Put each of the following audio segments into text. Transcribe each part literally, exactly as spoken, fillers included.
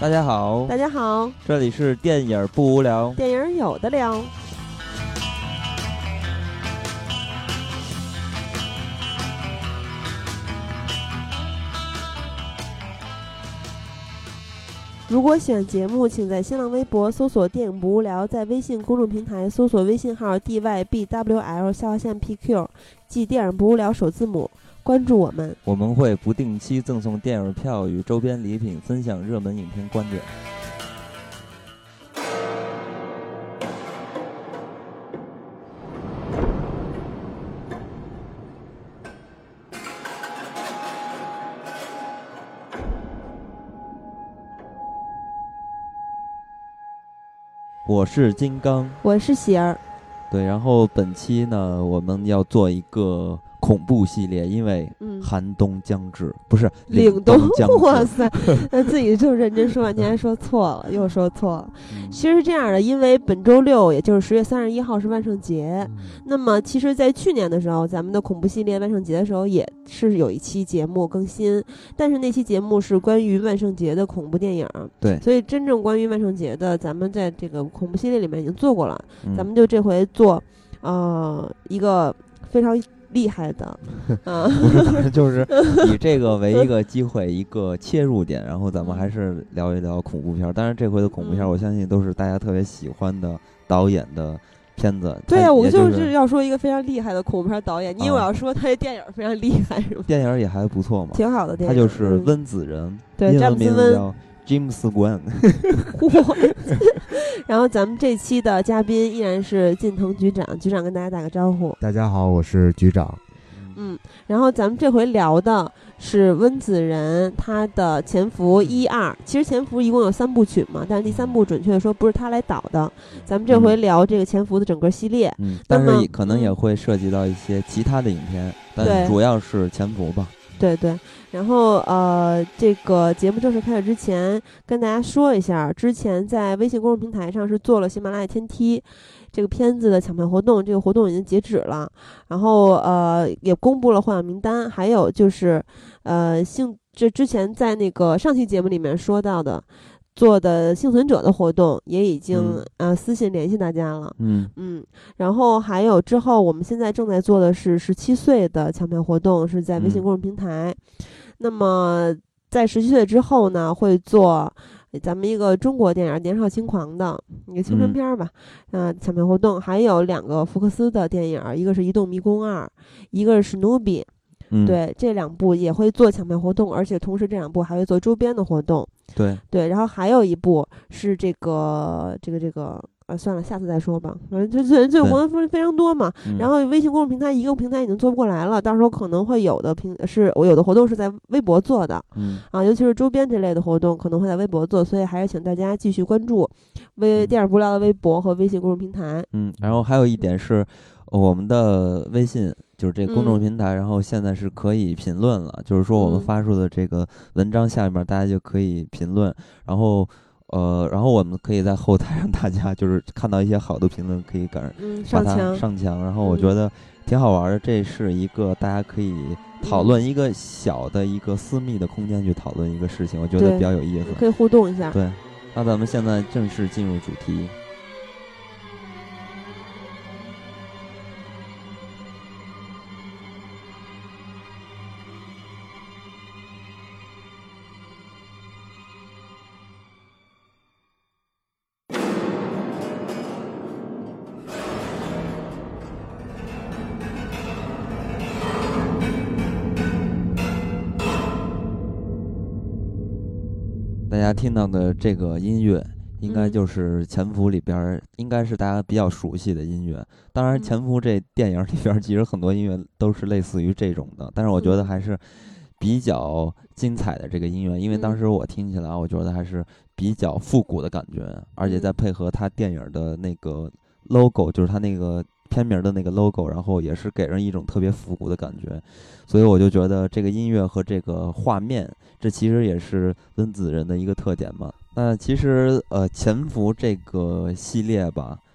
大家好， 大家好， 这里是电影不无聊， 电影有的聊。如果喜欢节目，请在新浪微博搜索电影不无聊，在微信公众平台搜索微信号 D Y B W L 下划线 P Q， 即电影不无聊首字母，关注我们。 我们会不定期赠送电影票与周边礼品，分享热门影片观点。我是金刚， 我是喜儿。 对，然后本期呢，我们要做一个恐怖系列，因为寒冬将至，嗯、不是凛冬将至。 哇塞，那自己就认真说半天，还说错了，又说错了。嗯、其实是这样的，因为本周六，也就是十月三十一号是万圣节。嗯、那么，其实，在去年的时候，咱们的恐怖系列万圣节的时候，也是有一期节目更新，但是那期节目是关于万圣节的恐怖电影。 对， 所以真正关于万圣节的，咱们在这个恐怖系列里面已经做过了。嗯、咱们就这回做，呃，一个非常厉害的，啊， 不是，就是以这个为一个机会，一个切入点，然后咱们还是聊一聊恐怖片。当然，这回的恐怖片，我相信都是大家特别喜欢的导演的片子。 对啊，我就是要说一个非常厉害的恐怖片导演。你以为我要说他的电影非常厉害是吗？ 电影也还不错嘛， 挺好的电影。 他就是温子仁，嗯、 对，詹姆斯温叫 James Wan。 然后咱们这期的嘉宾依然是近藤局长，局长跟大家打个招呼。 大家好，我是局长。 嗯，然后咱们这回聊的是温子仁他的《潜伏》一二，其实《潜伏》一共有三部曲嘛，但是第三部准确的说不是他来导的。咱们这回聊这个《潜伏》的整个系列， 嗯，但是可能也会涉及到一些其他的影片，但主要是《潜伏》吧。 对对，然后呃，这个节目正式开始之前，跟大家说一下，之前在微信公众平台上是做了喜马拉雅天梯这个片子的抢票活动，这个活动已经截止了，然后呃也公布了获奖名单，还有就是呃幸这之前在那个上期节目里面说到的。做的幸存者的活动也已经、嗯、呃私信联系大家了， 嗯嗯，然后还有之后我们现在正在做的是十七岁的抢票活动，是在微信公众平台。嗯、那么在十七岁之后呢，会做咱们一个中国电影年少轻狂的一个青春片吧，嗯、呃，抢票活动还有两个福克斯的电影，一个是《移动迷宫二》，一个是《史努比》。 嗯、 对，这两部也会做抢票活动，而且同时这两部还会做周边的活动。 对对，然后还有一部是这个这个这个呃，算了，下次再说吧。反正这这这活动非常多嘛。然后微信公众平台一个平台已经做不过来了，到时候可能会有的平是我有的活动是在微博做的， 嗯啊，尤其是周边这类的活动可能会在微博做，所以还是请大家继续关注微电影不聊的微博和微信公众平台。 嗯，然后还有一点是我们的微信。就是这个公众平台、嗯，然后现在是可以评论了。就是说，我们发出的这个文章下面，大家就可以评论。然后，呃，然后我们可以在后台让大家就是看到一些好的评论，可以赶把它上墙。然后我觉得挺好玩的，这是一个大家可以讨论一个小的一个私密的空间去讨论一个事情，我觉得比较有意思， 可以互动一下。 对，那咱们现在正式进入主题。大家听到的这个音乐应该就是《潜伏》里边应该是大家比较熟悉的音乐。当然《潜伏》这电影里边其实很多音乐都是类似于这种的，但是我觉得还是比较精彩的这个音乐，因为当时我听起来我觉得还是比较复古的感觉，而且再配合它电影的那个 logo， 就是它那个片名的那个 logo， 然后也是给人一种特别复古的感觉，所以我就觉得这个音乐和这个画面，这其实也是温子仁的一个特点嘛。那其实呃，潜伏这个系列吧，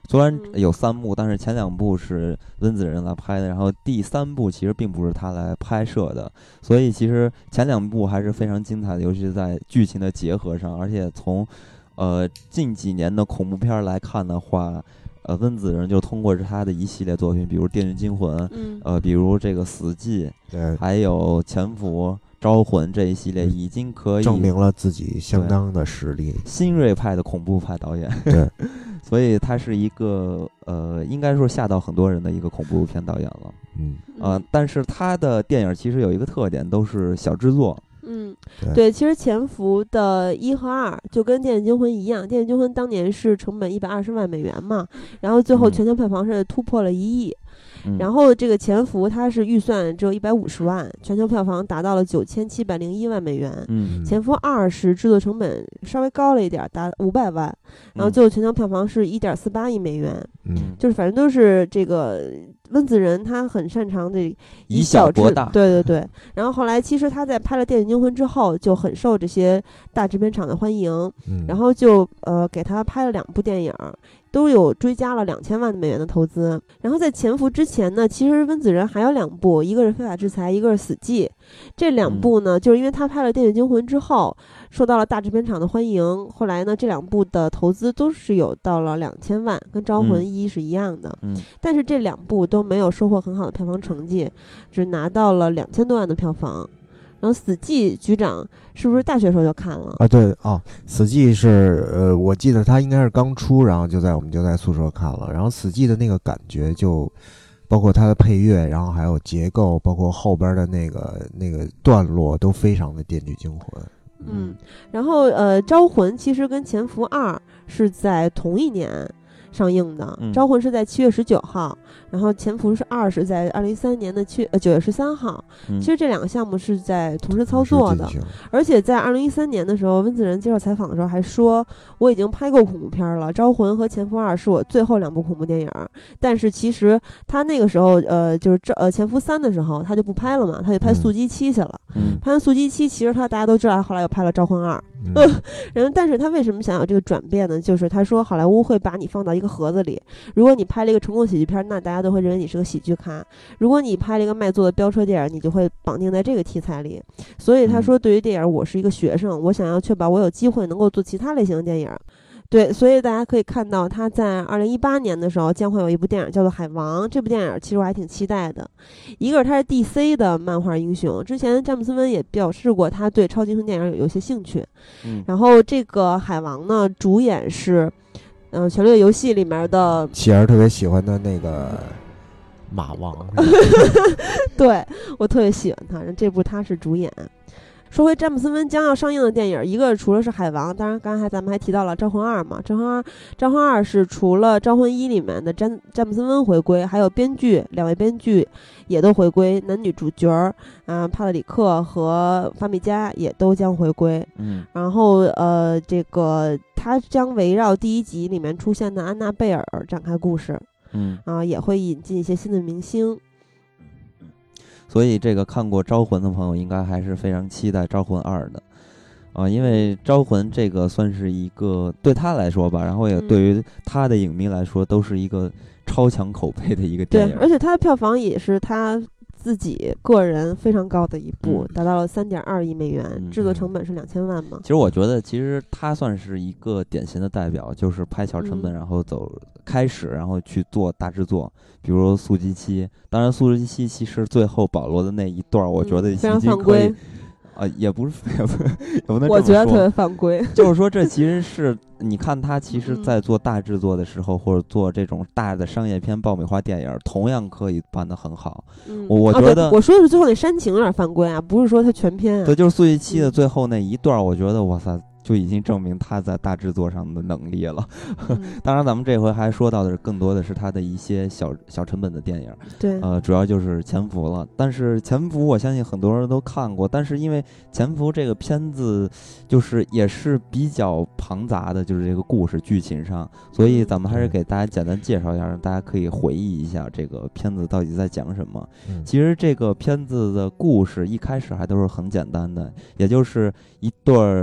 虽然有三部，但是前两部是温子仁来拍的，然后第三部其实并不是他来拍摄的，所以其实前两部还是非常精彩的，尤其是在剧情的结合上，而且从呃近几年的恐怖片来看的话。呃，温子仁就通过他的一系列作品，比如《电锯惊魂》， 嗯， 呃，比如这个《死寂》， 对， 还有《潜伏》《招魂》这一系列，已经可以证明了自己相当的实力。 新锐派的恐怖派导演， 对， 所以他是一个呃，应该说吓到很多人的一个恐怖片导演了。 嗯， 呃，但是他的电影其实有一个特点，都是小制作。 嗯， 对, 对，其实潜伏的一和二就跟电影惊魂一样，电影惊魂当年是成本一百二十万美元嘛，然后最后全球票房是突破了一亿。 嗯、 然后这个潜伏它是预算只有一百五十万，全球票房达到了九千七百零一万美元。 嗯， 潜伏二是制作成本稍微高了一点，达五百万，然后最后全球票房是一点四八亿美元。 嗯， 就是反正都是这个温子仁他很擅长的以小博大。 对对对。然后后来其实他在拍了《电影惊魂》之后，就很受这些大制片厂的欢迎， 嗯、 然后就呃给他拍了两部电影。都有追加了两千万美元的投资。然后在潜伏之前呢，其实温子仁还有两部，一个是非法制裁，一个是死寂。这两部呢、嗯、就是因为他拍了《电锯惊魂》之后受到了大制片厂的欢迎，后来呢这两部的投资都是有到了两千万，跟招魂一是一样的。 嗯， 但是这两部都没有收获很好的票房成绩，只拿到了两千多万的票房。然后死寂局长是不是大学时候就看了啊？对哦，死寂是呃，我记得他应该是刚出，然后就在我们就在宿舍看了。然后死寂的那个感觉就，包括它的配乐，然后还有结构，包括后边的那个那个段落都非常的电锯惊魂。 嗯，然后呃，招魂其实跟潜伏二是在同一年上映的， 嗯、 招魂是在七月十九号，然后潜伏是二是在二零一三年的七呃九月十三号。 嗯、 其实这两个项目是在同时操作的，而且在二零一三年的时候，温子仁接受采访的时候还说，我已经拍过恐怖片了，招魂和潜伏二是我最后两部恐怖电影。但是其实他那个时候呃就是呃潜伏三的时候他就不拍了嘛，他就拍速激七去了。 嗯， 拍完速激七，其实他大家都知道，后来又拍了招魂二。 嗯， 然后但是他为什么想有这个转变呢？就是他说好莱坞会把你放到一个盒子里，如果你拍了一个成功喜剧片，那大家都会认为你是个喜剧咖；如果你拍了一个卖座的飙车电影，你就会绑定在这个题材里。所以他说，对于电影，我是一个学生，我想要确保我有机会能够做其他类型的电影。对，所以大家可以看到，他在二零一八年的时候将会有一部电影叫做《海王》。这部电影其实我还挺期待的。一个是他是 D C 的漫画英雄，之前詹姆斯温也表示过他对超级英雄电影有有些兴趣。 嗯， 然后这个海王呢，主演是，嗯、呃，《权力的游戏》里面的喜儿特别喜欢的那个马王。 对，我特别喜欢他，这部他是主演。说回詹姆斯温将要上映的电影，一个除了是海王，当然刚才咱们还提到了招魂二嘛，招魂二招魂二是除了招魂一里面的詹詹姆斯温回归，还有编剧两位编剧也都回归，男女主角啊、呃、帕特里克和法米加也都将回归。 嗯， 然后呃这个他将围绕第一集里面出现的安娜贝尔展开故事。 嗯啊、呃、也会引进一些新的明星。 所以这个看过《招魂》的朋友应该还是非常期待《招魂二》的，啊，因为《招魂》这个算是一个对他来说吧，然后也对于他的影迷来说都是一个超强口碑的一个电影。 对，而且他的票房也是他自己个人非常高的一部， 嗯、 达到了三点二亿美元， 嗯、 制作成本是两千万嘛。 其实我觉得，其实他算是一个典型的代表，就是拍小成本， 嗯、 然后走开始，然后去做大制作，比如《速激七》。当然，《速激七》其实最后保罗的那一段，我觉得已经可以。啊、呃，也不是，也不也不能这么说。 我觉得特别犯规。 就是说，这其实是你看他其实，在做大制作的时候，嗯、或者做这种大的商业片、爆米花电影，同样可以办得很好。 嗯、 我我觉得、 哦，我说的是最后那煽情有点犯规啊，不是说他全片啊。 对，就是《速激七》的最后那一段，我觉得哇塞，就已经证明他在大制作上的能力了。 嗯、 当然，咱们这回还说到的是更多的是他的一些小小成本的电影。 对， 呃，主要就是《潜伏》了。但是《潜伏》我相信很多人都看过，但是因为《潜伏》这个片子就是也是比较庞杂的，就是这个故事剧情上，所以咱们还是给大家简单介绍一下，让大家可以回忆一下这个片子到底在讲什么。 嗯、 其实这个片子的故事一开始还都是很简单的，也就是一对儿。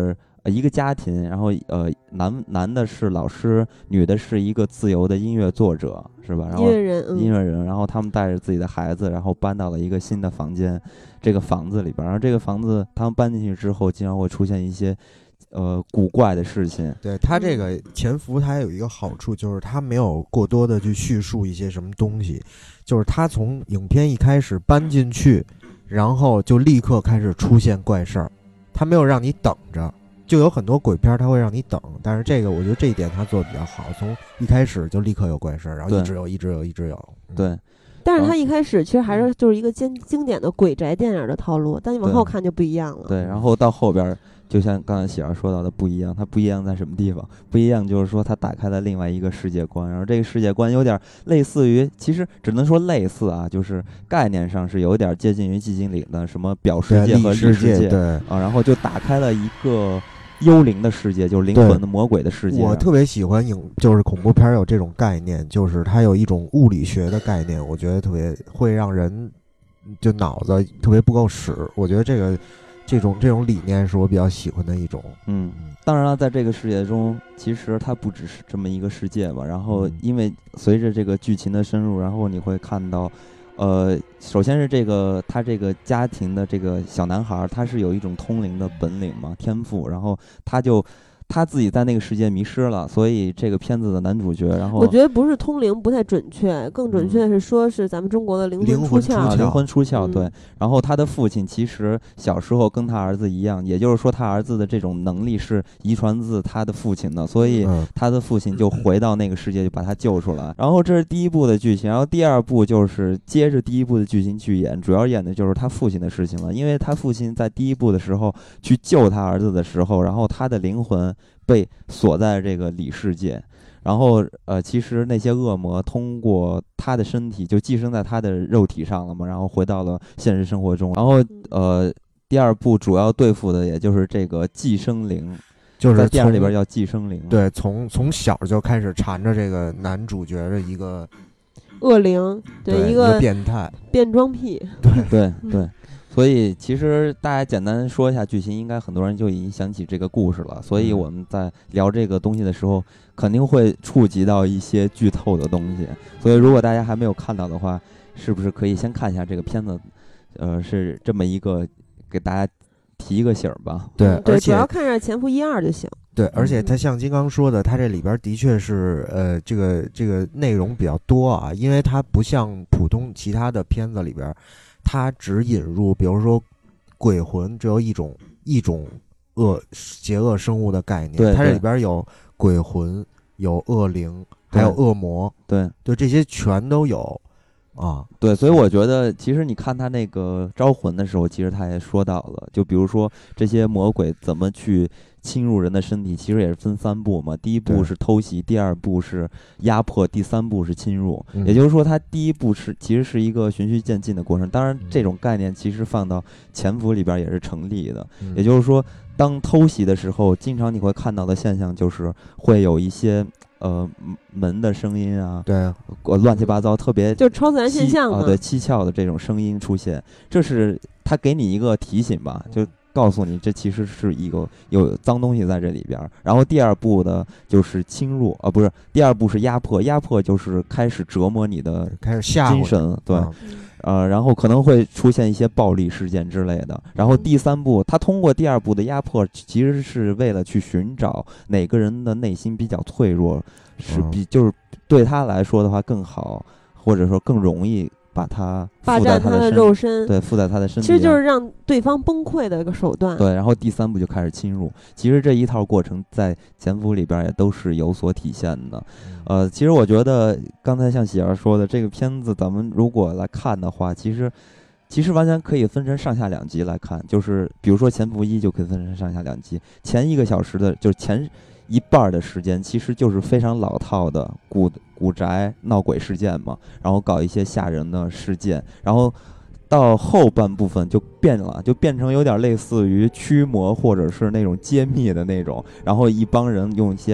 呃一个家庭，然后呃男男的是老师，女的是一个自由的音乐作者，是吧？然后音乐人，嗯、 音乐人，然后他们带着自己的孩子，然后搬到了一个新的房间，这个房子里边，然后这个房子他们搬进去之后，经常会出现一些呃古怪的事情。 对，他这个潜伏，它有一个好处，就是他没有过多的去叙述一些什么东西，就是他从影片一开始搬进去，然后就立刻开始出现怪事儿，他没有让你等着。就有很多鬼片他会让你等，但是这个我觉得这一点他做的比较好，从一开始就立刻有怪事儿，然后一直有一直有一直有。嗯、 对， 但是他一开始其实还是就是一个经经典的鬼宅电影的套路，但你往后看就不一样了。 对，然后到后边就像刚才喜儿说到的不一样，它不一样在什么地方？不一样就是说它打开了另外一个世界观，然后这个世界观有点类似于，其实只能说类似啊，就是概念上是有点接近于寂静岭的什么表世界和异世界， 对啊，然后就打开了一个幽灵的世界，就是灵魂的魔鬼的世界。 我特别喜欢影，就是恐怖片有这种概念，就是它有一种物理学的概念，我觉得特别会让人就脑子特别不够使。我觉得这个这种这种理念是我比较喜欢的一种。 嗯，当然了，在这个世界中，其实它不只是这么一个世界嘛。然后，因为随着这个剧情的深入，然后你会看到。呃，首先是这个他这个家庭的这个小男孩，他是有一种通灵的本领嘛，天赋，然后他就他自己在那个世界迷失了，所以这个片子的男主角，然后我觉得不是通灵不太准确，更准确的是说是咱们中国的灵魂出窍， 啊，灵魂出窍， 嗯、 对。然后他的父亲其实小时候跟他儿子一样，也就是说他儿子的这种能力是遗传自他的父亲的，所以他的父亲就回到那个世界，就把他救出来。然后这是第一部的剧情，然后第二部就是接着第一部的剧情去演，主要演的就是他父亲的事情了，因为他父亲在第一部的时候去救他儿子的时候，然后他的灵魂被锁在这个里世界，然后呃，其实那些恶魔通过他的身体就寄生在他的肉体上了嘛，然后回到了现实生活中。然后呃，第二部主要对付的也就是这个寄生灵， 就是在电影里边叫寄生灵。 对，从从小就开始缠着这个男主角的一个恶灵，对， 对一个变态变装癖。 对对对。所以其实大家简单说一下剧情，应该很多人就已经想起这个故事了。所以我们在聊这个东西的时候，肯定会触及到一些剧透的东西。所以如果大家还没有看到的话，是不是可以先看一下这个片子？呃，是这么一个给大家提一个醒儿吧。 对， 对， 而且主要看着前夫一二就行。 对，而且它像金刚说的，它这里边的确是呃，这个这个内容比较多啊，因为它不像普通其他的片子里边。它只引入，比如说鬼魂只有一种一种恶邪恶生物的概念， 对， 它这里边有鬼魂、有恶灵，还有恶魔， 对， 对，这些全都有啊。 对，所以我觉得，其实你看他那个招魂的时候，其实他也说到了，就比如说这些魔鬼怎么去侵入人的身体，其实也是分三步嘛。第一步是偷袭，第二步是压迫，第三步是侵入。 嗯、 也就是说，它第一步是其实是一个循序渐进的过程。当然，这种概念其实放到潜伏里边也是成立的。 嗯、 也就是说，当偷袭的时候，经常你会看到的现象就是会有一些呃门的声音啊， 对， 呃乱七八糟，特别就超自然现象嘛， 啊，对，蹊跷的这种声音出现，这是他给你一个提醒吧，就告诉你这其实是一个有脏东西在这里边。然后第二步的就是侵入啊，不是，第二步是压迫，压迫就是开始折磨你的开始吓唬精神，对。 啊呃，然后可能会出现一些暴力事件之类的。然后第三步，他通过第二步的压迫，其实是为了去寻找哪个人的内心比较脆弱，是比就是对他来说的话更好，或者说更容易把他霸占他的肉身， 对，附在他的身体， 其实就是让对方崩溃的一个手段。 对，然后第三步就开始侵入。其实这一套过程在潜伏里边也都是有所体现的。呃，其实我觉得刚才像喜儿说的，这个片子咱们如果来看的话，其实其实完全可以分成上下两集来看。就是比如说潜伏一就可以分成上下两集，前一个小时的就是前一半的时间其实就是非常老套的古古宅闹鬼事件嘛，然后搞一些吓人的事件，然后到后半部分就变了，就变成有点类似于驱魔或者是那种揭秘的那种，然后一帮人用一些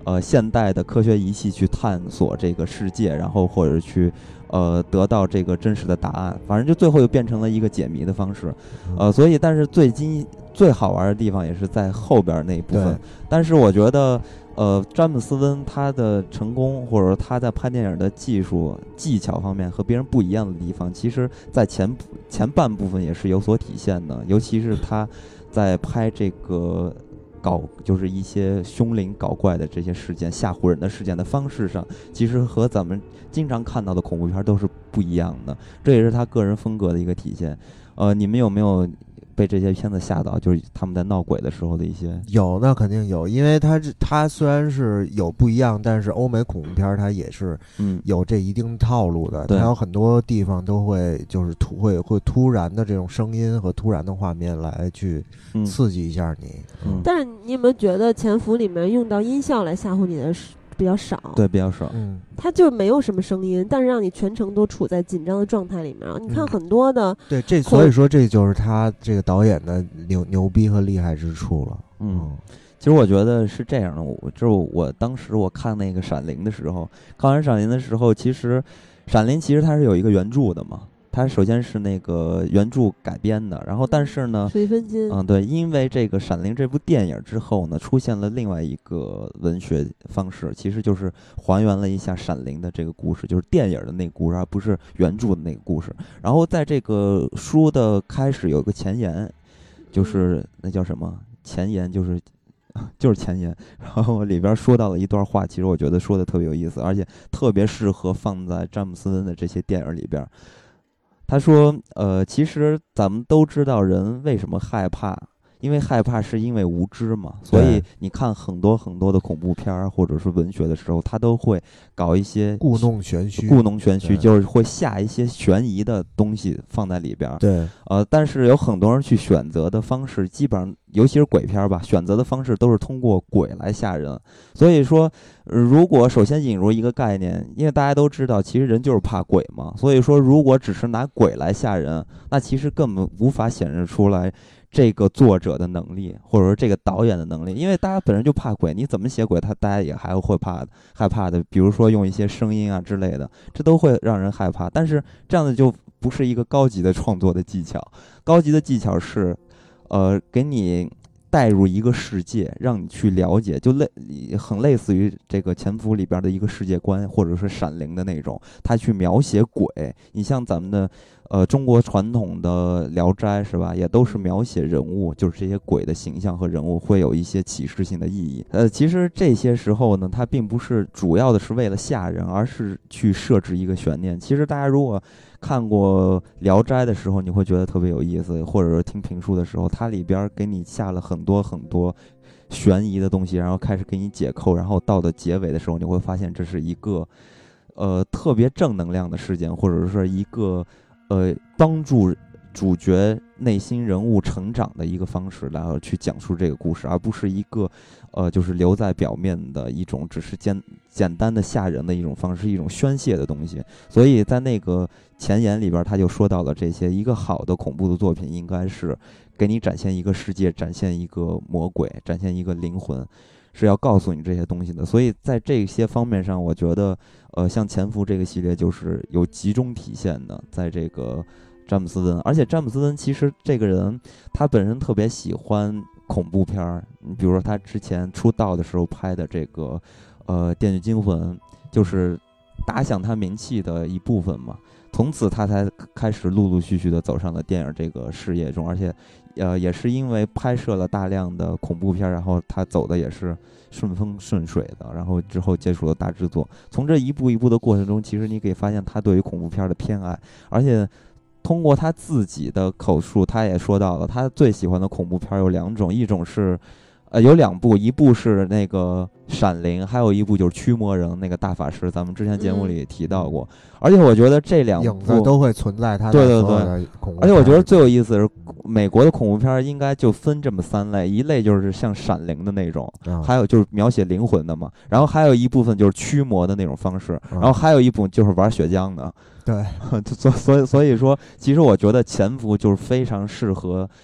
呃现代的科学仪器去探索这个世界，然后或者去呃得到这个真实的答案，反正就最后又变成了一个解谜的方式，呃，所以但是最惊最好玩的地方也是在后边那一部分，但是我觉得。呃，詹姆斯温他的成功，或者说他在拍电影的技术技巧方面和别人不一样的地方，其实在前前半部分也是有所体现的，尤其是他在拍这个搞就是一些凶灵搞怪的这些事件、吓唬人的事件的方式上，其实和咱们经常看到的恐怖片都是不一样的，这也是他个人风格的一个体现。呃，你们有没有被这些片子吓到，就是他们在闹鬼的时候的一些？ 有，那肯定有，因为它它虽然是有不一样，但是欧美恐怖片它也是有这一定套路的， 嗯、 它有很多地方都会就是突会会突然的这种声音和突然的画面来去刺激一下你。 嗯嗯、 但是你有没有觉得《潜伏》里面用到音效来吓唬你的比较少？ 对，比较少。 嗯， 它就没有什么声音，但是让你全程都处在紧张的状态里面。你看很多的， 嗯、对，这所以说这就是他这个导演的牛牛逼和厉害之处了。 嗯，其实我觉得是这样的，我就是我当时我看那个《闪灵》的时候，看完《闪灵》的时候，其实《闪灵》其实它是有一个原著的嘛。它首先是那个原著改编的，然后但是呢， 水分金， 嗯，对，因为这个《闪灵》这部电影之后呢，出现了另外一个文学方式，其实就是还原了一下《闪灵》的这个故事，就是电影的那个故事，而不是原著的那个故事。然后在这个书的开始有个前言，就是那叫什么前言，就是就是前言，然后里边说到了一段话，其实我觉得说的特别有意思，而且特别适合放在詹姆斯温的这些电影里边。他说，呃，其实咱们都知道人为什么害怕，因为害怕是因为无知嘛。所以你看很多很多的恐怖片或者是文学的时候，他都会搞一些故弄玄虚， 故弄玄虚，就是会下一些悬疑的东西放在里边。 对， 呃，但是有很多人去选择的方式，基本上，尤其是鬼片吧，选择的方式都是通过鬼来吓人。所以说，呃、如果首先引入一个概念，因为大家都知道，其实人就是怕鬼嘛。所以说，如果只是拿鬼来吓人，那其实根本无法显示出来这个作者的能力，或者说这个导演的能力，因为大家本身就怕鬼，你怎么写鬼，他大家也还会怕害怕的。比如说用一些声音啊之类的，这都会让人害怕。但是这样的就不是一个高级的创作的技巧，高级的技巧是，呃，给你带入一个世界，让你去了解，就类很类似于这个《潜伏》里边的一个世界观，或者是《闪灵》的那种，他去描写鬼。你像咱们的呃中国传统的《聊斋》是吧，也都是描写人物，就是这些鬼的形象和人物会有一些启示性的意义。呃，其实这些时候呢，它并不是主要的是为了吓人，而是去设置一个悬念。其实大家如果看过《聊斋》的时候，你会觉得特别有意思，或者是听评书的时候，它里边给你下了很多很多悬疑的东西，然后开始给你解扣，然后到的结尾的时候，你会发现这是一个呃特别正能量的事件，或者是一个呃帮助主角内心人物成长的一个方式，然后去讲述这个故事，而不是一个呃就是留在表面的一种只是简简单的吓人的一种方式，一种宣泄的东西。所以在那个前言里边他就说到了这些，一个好的恐怖的作品应该是给你展现一个世界，展现一个魔鬼，展现一个灵魂，是要告诉你这些东西的。所以在这些方面上，我觉得呃像潜伏这个系列就是有集中体现的，在这个詹姆斯温。而且詹姆斯温其实这个人他本身特别喜欢恐怖片儿，你比如说他之前出道的时候拍的这个呃《电锯惊魂》，就是打响他名气的一部分嘛。从此他才开始陆陆续续的走上了电影这个事业中，而且呃也是因为拍摄了大量的恐怖片，然后他走的也是顺风顺水的，然后之后接触了大制作。从这一步一步的过程中，其实你可以发现他对于恐怖片的偏爱，而且通过他自己的口述，他也说到了他最喜欢的恐怖片有两种，一种是呃有两部，一部是那个闪灵，还有一部就是驱魔人那个大法师，咱们之前节目里也提到过。嗯、而且我觉得这两部影子都会存在他的对对所有的恐怖片。 而且我觉得最有意思的是，美国的恐怖片应该就分这么三类，一类就是像闪灵的那种， 嗯、 还有就是描写灵魂的嘛，然后还有一部分就是驱魔的那种方式， 嗯、 然后还有一部分就是玩血浆的。 对， 所所以所以说，其实我觉得潜伏就是非常适合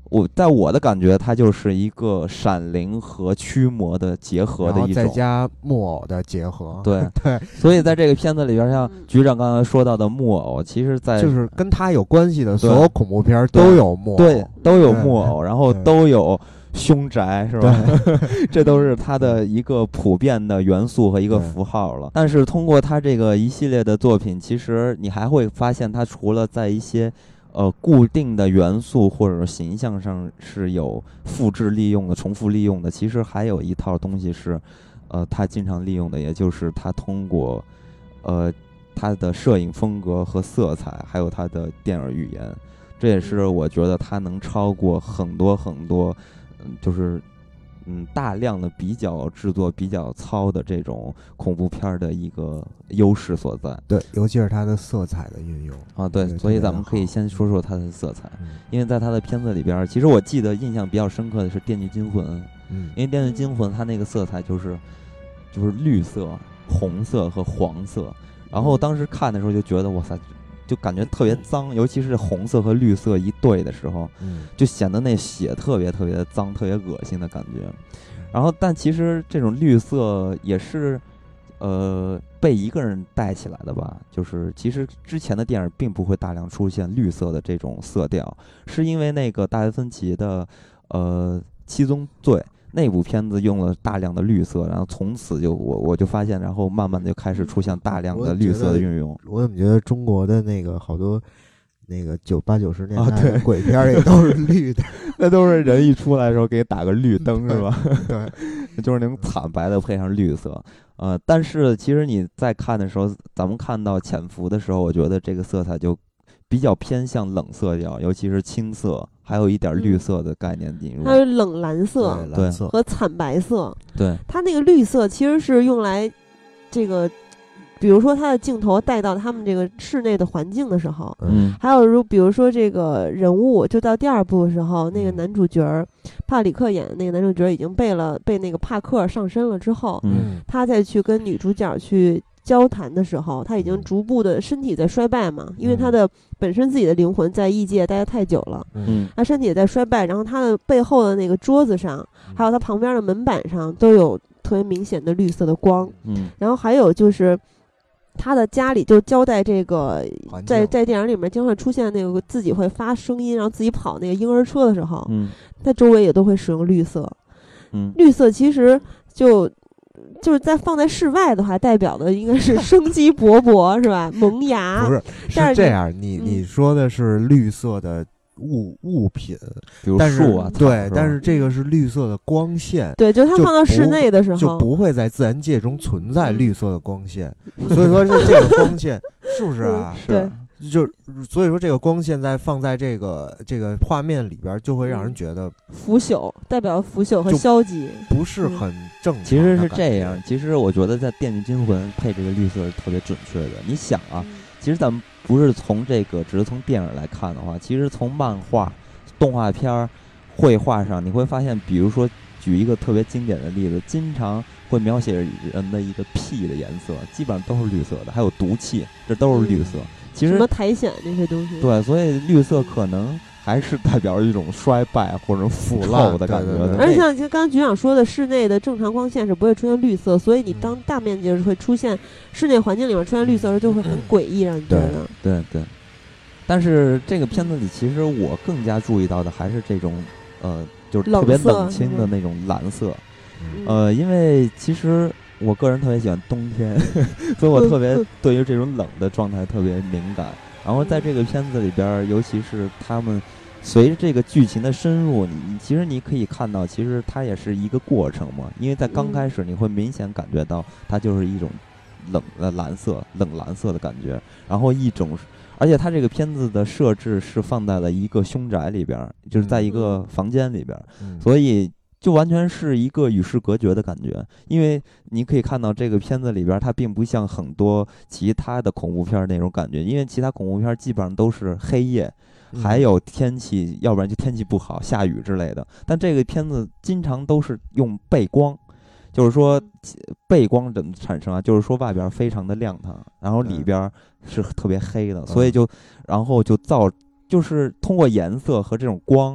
我在我的感觉，它就是一个闪灵和驱魔的结合的一种， 再加木偶的结合。 对对， 所以在这个片子里边，像局长刚才说到的木偶，其实在就是跟他有关系的所有恐怖片都有木偶， 对，都有木偶，然后都有凶宅，是吧？这都是它的一个普遍的元素和一个符号了。但是通过它这个一系列的作品，其实你还会发现，它除了在一些呃固定的元素或者形象上是有复制利用的、重复利用的，其实还有一套东西是，呃，他经常利用的，也就是他通过，呃，他的摄影风格和色彩，还有他的电影语言，这也是我觉得他能超过很多很多。嗯，就是嗯，大量的比较制作比较糙的这种恐怖片的一个优势所在。 对，尤其是它的色彩的运用啊，对， 对所以咱们可以先说说它的色彩，嗯、因为在它的片子里边，其实我记得印象比较深刻的是《电锯惊魂》， 嗯， 因为《电锯惊魂》它那个色彩就是就是绿色、红色和黄色，然后当时看的时候就觉得哇塞。就感觉特别脏，尤其是红色和绿色一对的时候， 嗯， 就显得那血特别特别的脏，特别恶心的感觉。然后，但其实这种绿色也是，呃，被一个人带起来的吧。就是其实之前的电影并不会大量出现绿色的这种色调，是因为那个大卫芬奇的，呃，七宗罪。那部片子用了大量的绿色，然后从此就我我就发现，然后慢慢的就开始出现大量的绿色的运用。 我怎么觉得中国的那个好多那个九八九十年代的鬼片也都是绿的， 那都是人一出来的时候给打个绿灯是吧？ 对， 就是那种惨白的配上绿色。呃，但是其实你在看的时候，咱们看到潜伏的时候，我觉得这个色彩就比较偏向冷色调，尤其是青色。还有一点绿色的概念进入， 它是冷蓝色， 对， 和惨白色。 对， 它那个绿色其实是用来这个，比如说它的镜头带到他们这个室内的环境的时候， 嗯， 还有如比如说这个人物，就到第二部的时候，那个男主角帕里克演的那个男主角已经被了被那个帕克上身了之后， 嗯， 他再去跟女主角去交谈的时候，他已经逐步的身体在衰败嘛，因为他的本身自己的灵魂在异界待得太久了， 嗯， 他身体也在衰败，然后他的背后的那个桌子上，还有他旁边的门板上都有特别明显的绿色的光， 嗯， 然后还有就是他的家里就交代这个，在在电影里面经常出现那个自己会发声音，然后自己跑那个婴儿车的时候， 嗯， 他周围也都会使用绿色， 嗯， 绿色其实就。就是在放在室外的话，代表的应该是生机勃勃，是吧？萌芽不是，是这样。你、嗯、你说的是绿色的物物品， 比如树啊， 对，但是这个是绿色的光线， 对，就它放到室内的时候， 就不会在自然界中存在绿色的光线，嗯、所以说是这个光线是不是啊？ 是。 对。 就所以说，这个光线在放在这个这个画面里边，就会让人觉得腐朽，代表腐朽和消极， 不是很正常。 其实是这样，其实我觉得在《电锯惊魂》配这个绿色是特别准确的。你想啊，其实咱们不是从这个，只是从电影来看的话，其实从漫画、动画片、绘画上，你会发现，比如说举一个特别经典的例子，经常会描写人的一个屁的颜色，基本上都是绿色的，还有毒气，这都是绿色。 嗯其实什么苔藓这些东西， 对，所以绿色可能还是代表一种衰败或者腐臭的感觉的。 而且像刚刚局长说的，室内的正常光线是不会出现绿色，所以你当大面积会出现室内环境里面出现绿色时，就会很诡异，让你觉得。 对对对。但是这个片子里，其实我更加注意到的还是这种，呃，就是特别冷清的那种蓝色，呃，因为其实。我个人特别喜欢冬天，所以我特别对于这种冷的状态特别敏感。然后在这个片子里边，尤其是他们随着这个剧情的深入，你其实你可以看到，其实它也是一个过程嘛。因为在刚开始，你会明显感觉到它就是一种冷的蓝色、冷蓝色的感觉，然后一种，而且它这个片子的设置是放在了一个凶宅里边，就是在一个房间里边， 嗯、 所以。就完全是一个与世隔绝的感觉，因为你可以看到这个片子里边，它并不像很多其他的恐怖片那种感觉，因为其他恐怖片基本上都是黑夜，还有天气，要不然就天气不好、下雨之类的。但这个片子经常都是用背光，就是说背光怎么产生啊？就是说外边非常的亮堂，然后里边是特别黑的，所以就然后就造，就是通过颜色和这种光。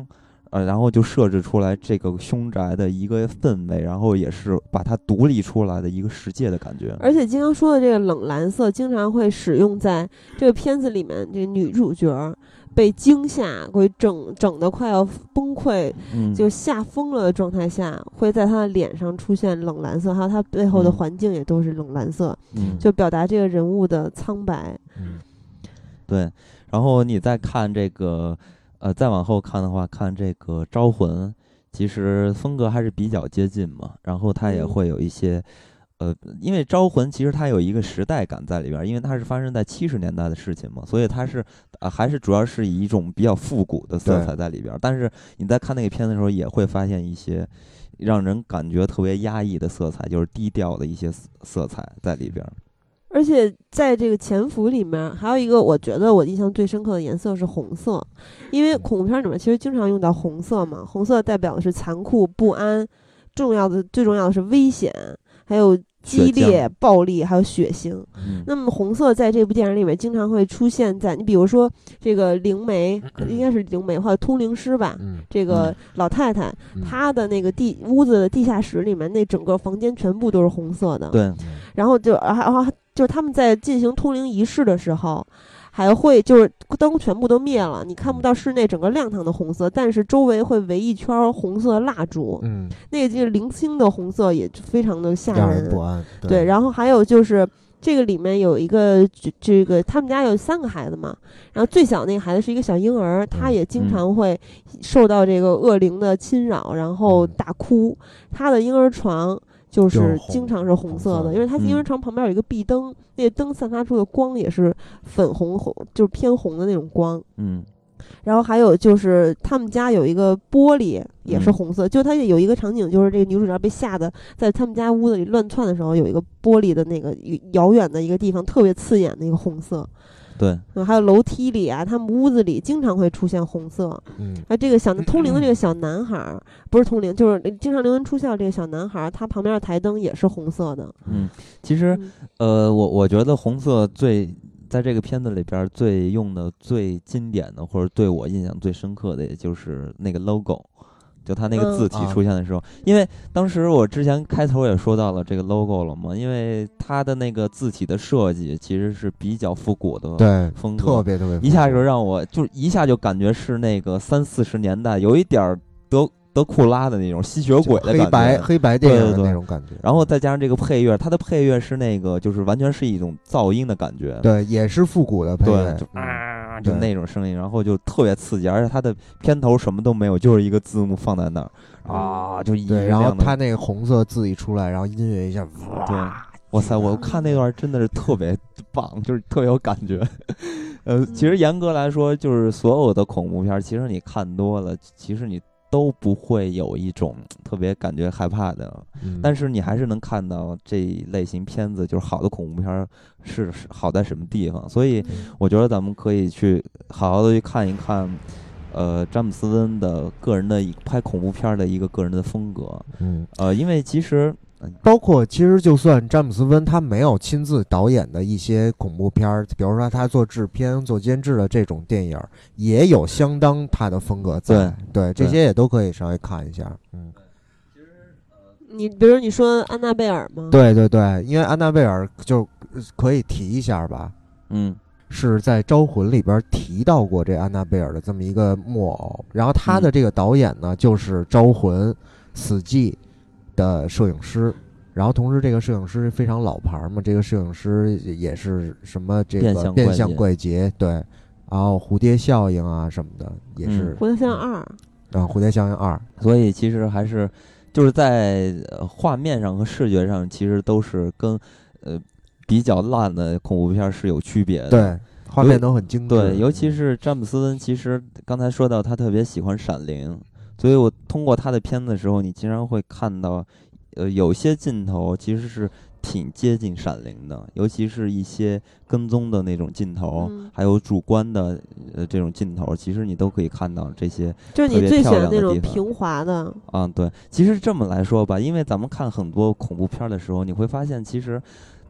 呃，然后就设置出来这个凶宅的一个氛围，然后也是把它独立出来的一个世界的感觉。 而且经常说的这个冷蓝色，经常会使用在这个片子里面，这个女主角被惊吓，会整整的快要崩溃， 嗯， 就吓疯了的状态下，会在她的脸上出现冷蓝色，还有她背后的嗯环境也都是冷蓝色， 嗯， 就表达这个人物的苍白。 嗯， 对。然后你再看这个，呃，再往后看的话，看这个招魂，其实风格还是比较接近嘛。然后它也嗯会有一些。呃，因为招魂其实它有一个时代感在里边儿，因为它是发生在七十年代的事情嘛，所以它是啊、呃、还是主要是以一种比较复古的色彩在里边儿。但是你在看那个片子的时候，也会发现一些让人感觉特别压抑的色彩，就是低调的一些色彩在里边儿。 而且在这个潜伏里面，还有一个我觉得我印象最深刻的颜色是红色，因为恐怖片里面其实经常用到红色嘛，红色代表的是残酷、不安，重要的最重要的是危险，还有激烈、暴力，还有血腥。 嗯， 那么红色在这部电影里面经常会出现在你比如说这个灵媒，应该是灵媒或者通灵师吧， 嗯， 这个老太太， 嗯她的那个地屋子的地下室里面，那整个房间全部都是红色的。 对， 然后就然后就是他们在进行通灵仪式的时候，还会就是灯全部都灭了，你看不到室内整个亮堂的红色，但是周围会围一圈红色蜡烛， 嗯， 那个就是零星的红色也非常的吓让人， 人不安。 对， 对， 然后还有就是这个里面有一个这这个他们家有三个孩子嘛，然后最小那个孩子是一个小婴儿，他也经常会受到这个恶灵的侵扰，然后大哭，他的婴儿床就是经常是红色的，因为它婴儿床旁边有一个壁灯，那个灯散发出的光也是粉红红，就是偏红的那种光。 嗯， 然后还有就是他们家有一个玻璃也是红色，嗯、就他有一个场景，就是这个女主角被吓得在他们家屋子里乱窜的时候，有一个玻璃的那个遥远的一个地方特别刺眼的一个红色。 对， 嗯，还有楼梯里啊，他们屋子里经常会出现红色。 嗯， 啊，这个小通灵的这个小男孩，不是通灵，就是经常灵魂出窍这个小男孩，他旁边的台灯也是红色的。 嗯，其实，嗯、呃，我我觉得红色最在这个片子里边最用的最经典的，或者对我印象最深刻的，也就是那个 logo。就它那个字体出现的时候，嗯、因为当时我之前开头也说到了这个 logo 了嘛，因为它的那个字体的设计其实是比较复古的风格， 特别特别， 一下就让我就一下就感觉是那个三四十年代有一点德德库拉的那种吸血鬼的感觉， 黑白黑白电影的那种感觉。 对对对，然后再加上这个配乐，它的配乐是那个就是完全是一种噪音的感觉， 对，也是复古的配乐， 对，就啊、嗯、就那种声音，然后就特别刺激，而且它的片头什么都没有，就是一个字幕放在那儿啊，就一对，然后它那个红色字一出来，然后音乐一下， 对，哇塞，我看那段真的是特别棒，就是特别有感觉。呃，其实严格来说，就是所有的恐怖片，其实你看多了，其实你都不会有一种特别感觉害怕的， 嗯、 但是你还是能看到这一类型片子就是好的恐怖片是好在什么地方，所以我觉得咱们可以去好好的去看一看，呃，詹姆斯温的个人的一拍恐怖片的一个个人的风格， 嗯， 呃，因为其实。 包括其实就算詹姆斯温他没有亲自导演的一些恐怖片儿，比如说他做制片、做监制的这种电影，也有相当他的风格在。对，对，这些也都可以稍微看一下。嗯， 你比如你说安娜贝尔吗？ 对对对，因为安娜贝尔就可以提一下吧。 嗯， 是在《招魂》里边提到过这安娜贝尔的这么一个木偶，然后他的这个导演呢，就是《招魂》《死寂》的摄影师，然后同时这个摄影师非常老牌嘛，这个摄影师也是什么这个变相怪杰，对，然后蝴蝶效应啊什么的也是。 蝴蝶效应二， 啊，蝴蝶效应二， 所以其实还是就是在画面上和视觉上，其实都是跟呃比较烂的恐怖片是有区别的。 对，画面都很精致。 对，尤其是詹姆斯温，其实刚才说到他特别喜欢《闪灵》。所以我通过他的片子的时候，你经常会看到，呃，有些镜头其实是挺接近《闪灵》的，尤其是一些跟踪的那种镜头， 嗯、 还有主观的呃这种镜头，其实你都可以看到这些就是你最喜欢那种平滑的。 啊，对，其实这么来说吧，因为咱们看很多恐怖片的时候，你会发现其实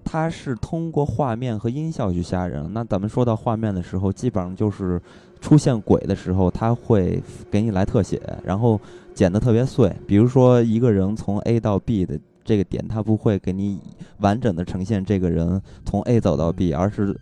它是通过画面和音效去吓人。那咱们说到画面的时候，基本上就是出现鬼的时候，它会给你来特写，然后剪得特别碎。比如说一个人从 A 到 B 的这个点，它不会给你完整的呈现这个人从 A 走到 B， 而是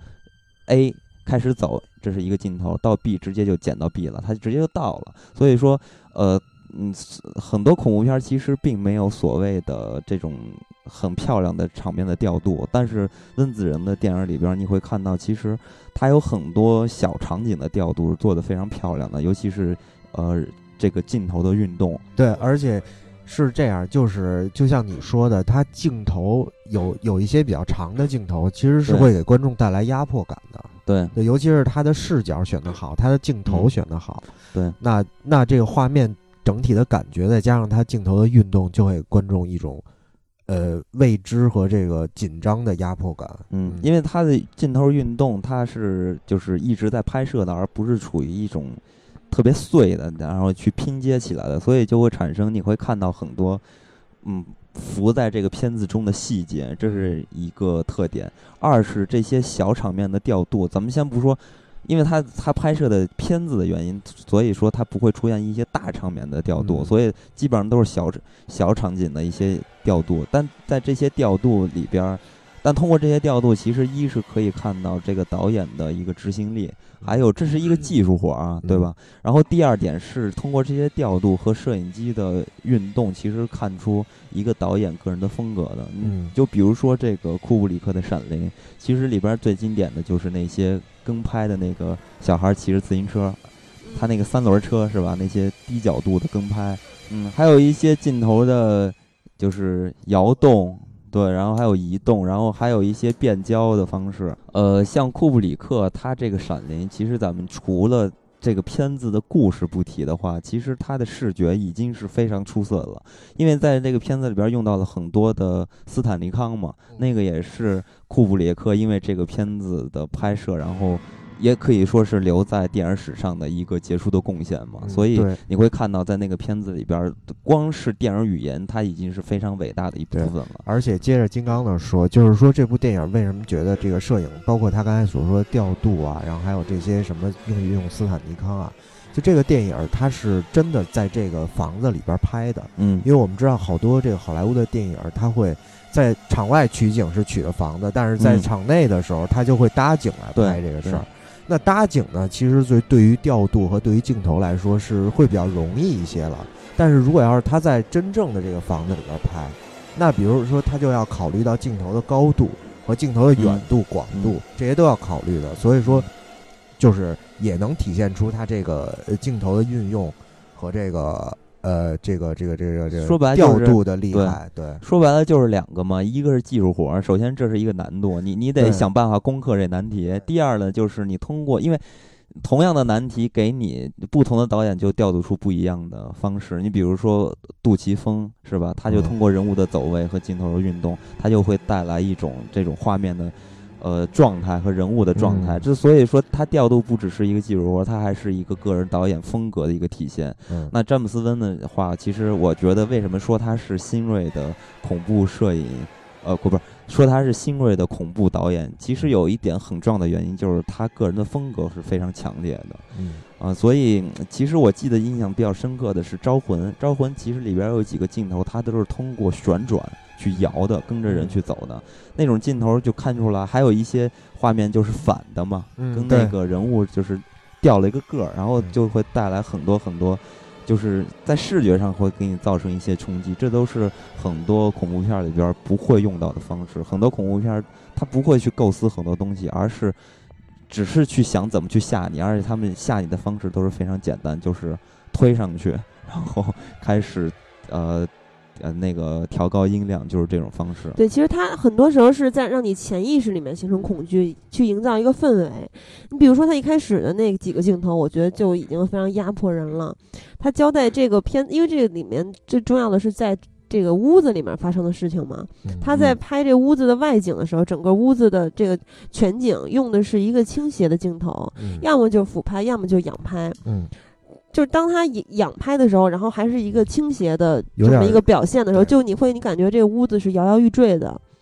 A 开始走，这是一个镜头，到 B 直接就剪到 B 了，它直接就到了。所以说，呃，嗯，很多恐怖片其实并没有所谓的这种很漂亮的场面的调度，但是温子仁的电影里边你会看到，其实它有很多小场景的调度做得非常漂亮的，尤其是呃这个镜头的运动。 对，而且是这样，就是就像你说的，它镜头有有一些比较长的镜头，其实是会给观众带来压迫感的。 对， 对，尤其是它的视角选得好，它的镜头选得好。 嗯、对， 那那这个画面整体的感觉，再加上它镜头的运动，就会给观众一种呃未知和这个紧张的压迫感。 嗯，因为它的镜头运动，它是就是一直在拍摄的，而不是处于一种特别碎的，然后去拼接起来的，所以就会产生你会看到很多嗯浮在这个片子中的细节，这是一个特点。二是这些小场面的调度，咱们先不说，因为他他拍摄的片子的原因，所以说他不会出现一些大场面的调度， 嗯、 所以基本上都是小小场景的一些调度。但在这些调度里边，但通过这些调度，其实一是可以看到这个导演的一个执行力，还有这是一个技术活啊，对吧？然后第二点是通过这些调度和摄影机的运动，其实看出一个导演个人的风格的。 嗯， 就比如说这个库布里克的《闪灵》，其实里边最经典的就是那些跟拍的那个小孩骑着自行车，他那个三轮车是吧？那些低角度的跟拍，嗯，还有一些镜头的，就是摇动。对，然后还有移动，然后还有一些变焦的方式。呃，像库布里克他这个《闪灵》，其实咱们除了这个片子的故事不提的话，其实它的视觉已经是非常出色了。因为在这个片子里边用到了很多的斯坦尼康嘛，那个也是库布里克因为这个片子的拍摄，然后也可以说是留在电影史上的一个杰出的贡献嘛， 嗯、 所以你会看到在那个片子里边，光是电影语言，它已经是非常伟大的一部分了。 而且接着金刚的说，就是说这部电影为什么觉得这个摄影，包括他刚才所说的调度啊，然后还有这些什么用运用斯坦尼康啊，就这个电影它是真的在这个房子里边拍的。 嗯， 因为我们知道好多这个好莱坞的电影，它会在场外取景是取的房子，但是在场内的时候，它就会搭景来拍这个事儿。那搭景呢，其实对对于调度和对于镜头来说是会比较容易一些了。但是如果要是他在真正的这个房子里边拍，那比如说他就要考虑到镜头的高度和镜头的远度、嗯、广度，这些都要考虑的。所以说，就是也能体现出他这个镜头的运用和这个。呃，这个这个这个这个说白了调度的厉害，对， 对，说白了就是两个嘛，一个是技术活，首先这是一个难度，你你得想办法攻克这难题。第二呢，就是你通过，因为同样的难题给你不同的导演就调度出不一样的方式。你比如说杜琪峰是吧？他就通过人物的走位和镜头的运动，他就会带来一种这种画面的。呃，状态和人物的状态，之、嗯、所以说他调度不只是一个技术活，他还是一个个人导演风格的一个体现。 嗯， 那詹姆斯温的话，其实我觉得为什么说他是新锐的恐怖摄影，呃，不不是说他是新锐的恐怖导演，其实有一点很重要的原因就是他个人的风格是非常强烈的。 嗯啊、呃，所以其实我记得印象比较深刻的是《招魂》，《招魂》其实里边有几个镜头，它都是通过旋转。去摇的，跟着人去走的、嗯、那种镜头就看出来，还有一些画面就是反的嘛， 嗯、 跟那个人物就是掉了一个个儿，然后就会带来很多很多，就是在视觉上会给你造成一些冲击，这都是很多恐怖片里边不会用到的方式。很多恐怖片它不会去构思很多东西，而是只是去想怎么去吓你，而且他们吓你的方式都是非常简单，就是推上去，然后开始呃。呃，那个调高音量就是这种方式。 对，其实它很多时候是在让你潜意识里面形成恐惧，去营造一个氛围。你比如说，他一开始的那几个镜头，我觉得就已经非常压迫人了。他交代这个片，因为这个里面最重要的是在这个屋子里面发生的事情嘛。他在拍这屋子的外景的时候，整个屋子的这个全景用的是一个倾斜的镜头， 嗯、 要么就俯拍，要么就仰拍。 嗯。 就是当他仰拍的时候，然后还是一个倾斜的这么一个表现的时候，就你会你感觉这个屋子是摇摇欲坠的，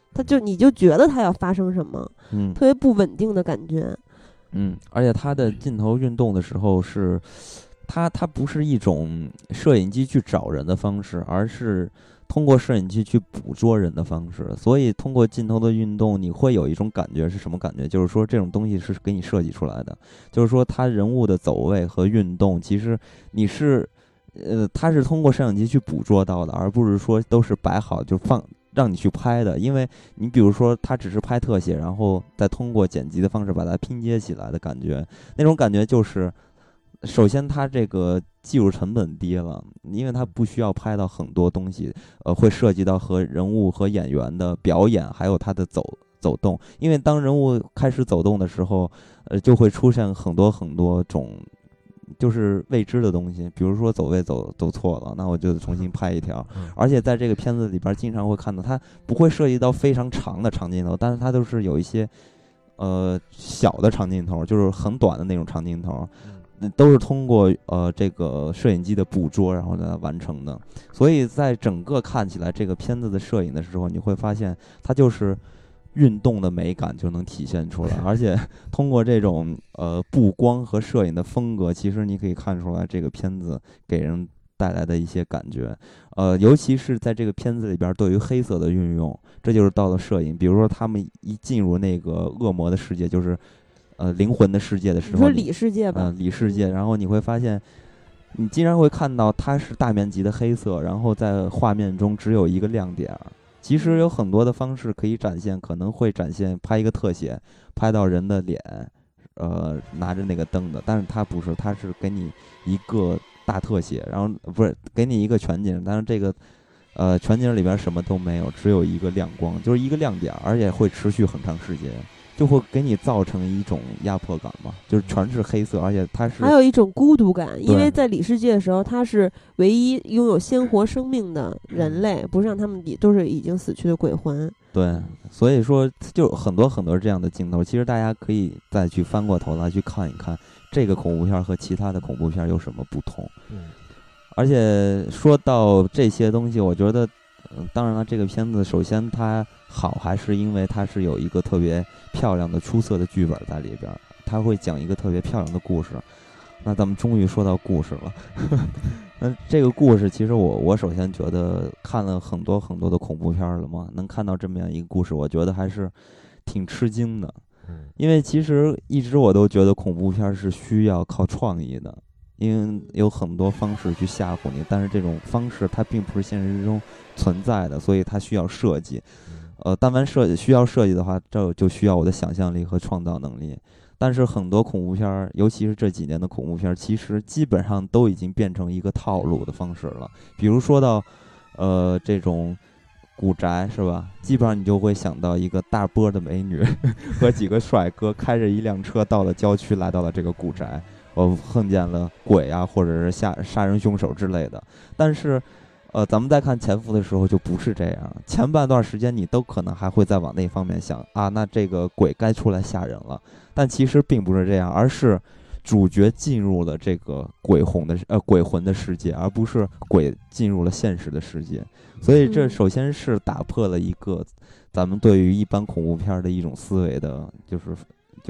他就你就觉得他要发生什么， 嗯， 特别不稳定的感觉。 嗯，而且它的镜头运动的时候是，它它不是一种摄影机去找人的方式，而是通过摄影机去捕捉人的方式。所以通过镜头的运动，你会有一种感觉是什么感觉？就是说这种东西是给你设计出来的，就是说他人物的走位和运动，其实你是，呃，他是通过摄影机去捕捉到的，而不是说都是摆好就放。让你去拍的，因为你比如说他只是拍特写，然后再通过剪辑的方式把它拼接起来的感觉，那种感觉就是，首先它这个技术成本低了，因为它不需要拍到很多东西，呃，会涉及到和人物和演员的表演，还有他的走走动，因为当人物开始走动的时候，呃，就会出现很多很多种。就是未知的东西，比如说走位走走错了，那我就重新拍一条。而且在这个片子里边，经常会看到它不会涉及到非常长的长镜头，但是它都是有一些呃小的长镜头，就是很短的那种长镜头，都是通过呃这个摄影机的捕捉然后来完成的。所以在整个看起来这个片子的摄影的时候，你会发现它就是运动的美感就能体现出来，而且通过这种呃布光和摄影的风格，其实你可以看出来这个片子给人带来的一些感觉，呃，尤其是在这个片子里边对于黑色的运用，这就是到了摄影。比如说他们一进入那个恶魔的世界，就是呃灵魂的世界的时候， 你说里世界吧， 呃里世界，然后你会发现。你经常会看到它是大面积的黑色，然后在画面中只有一个亮点。其实有很多的方式可以展现，可能会展现拍一个特写，拍到人的脸，呃，拿着那个灯的，但是它不是，它是给你一个大特写，然后不是给你一个全景，但是这个，呃，全景里边什么都没有，只有一个亮光，就是一个亮点，而且会持续很长时间。就会给你造成一种压迫感嘛，就是全是黑色，而且它是还有一种孤独感，因为在里世界的时候，他是唯一拥有鲜活生命的人类，不是让他们比都是已经死去的鬼魂。 对，所以说就很多很多这样的镜头，其实大家可以再去翻过头来去看一看，这个恐怖片和其他的恐怖片有什么不同。 嗯， 而且说到这些东西，我觉得。嗯，当然了，这个片子首先它好，还是因为它是有一个特别漂亮的、出色的剧本在里边，它会讲一个特别漂亮的故事。那咱们终于说到故事了。那这个故事，其实我我首先觉得看了很多很多的恐怖片了嘛，能看到这么样一个故事，我觉得还是挺吃惊的。因为其实一直我都觉得恐怖片是需要靠创意的。因为有很多方式去吓唬你，但是这种方式它并不是现实中存在的，所以它需要设计。呃，但凡设计需要设计的话，这就需要我的想象力和创造能力。但是很多恐怖片，尤其是这几年的恐怖片，其实基本上都已经变成一个套路的方式了。比如说到，呃，这种古宅是吧？基本上你就会想到一个大波的美女和几个帅哥开着一辆车到了郊区，来到了这个古宅。我碰见了鬼啊，或者是杀杀人凶手之类的。但是，呃，咱们在看潜伏的时候就不是这样。前半段时间你都可能还会再往那方面想啊，那这个鬼该出来吓人了。但其实并不是这样，而是主角进入了这个鬼魂的呃鬼魂的世界，而不是鬼进入了现实的世界。所以这首先是打破了一个咱们对于一般恐怖片的一种思维的，就是就是。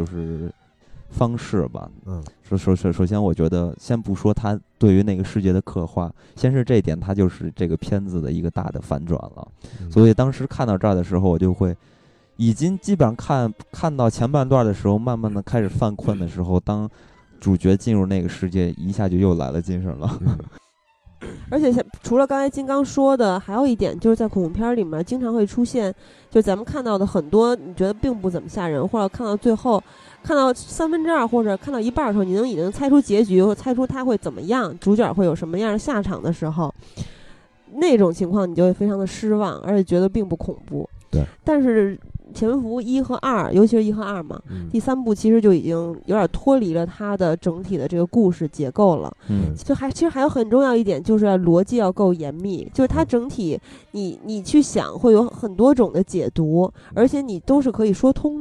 方式吧， 嗯， 首首首首先，我觉得先不说他对于那个世界的刻画，先是这一点，它就是这个片子的一个大的反转了。 嗯、 所以当时看到这儿的时候，我就会已经基本上看看到前半段的时候，慢慢的开始犯困的时候，当主角进入那个世界，一下就又来了精神了。 嗯而且像除了刚才金刚说的，还有一点就是在恐怖片里面经常会出现，就咱们看到的很多你觉得并不怎么吓人，或者看到最后看到三分之二或者看到一半的时候，你能已经猜出结局，或猜出他会怎么样，主角会有什么样的下场的时候，那种情况你就会非常的失望，而且觉得并不恐怖。 对， 但是潜伏一和二，尤其是一和二嘛、嗯，第三部其实就已经有点脱离了它的整体的这个故事结构了。 嗯， 就还其实还有很重要一点，就是逻辑要够严密，就是它整体你你去想会有很多种的解读，而且你都是可以说通的。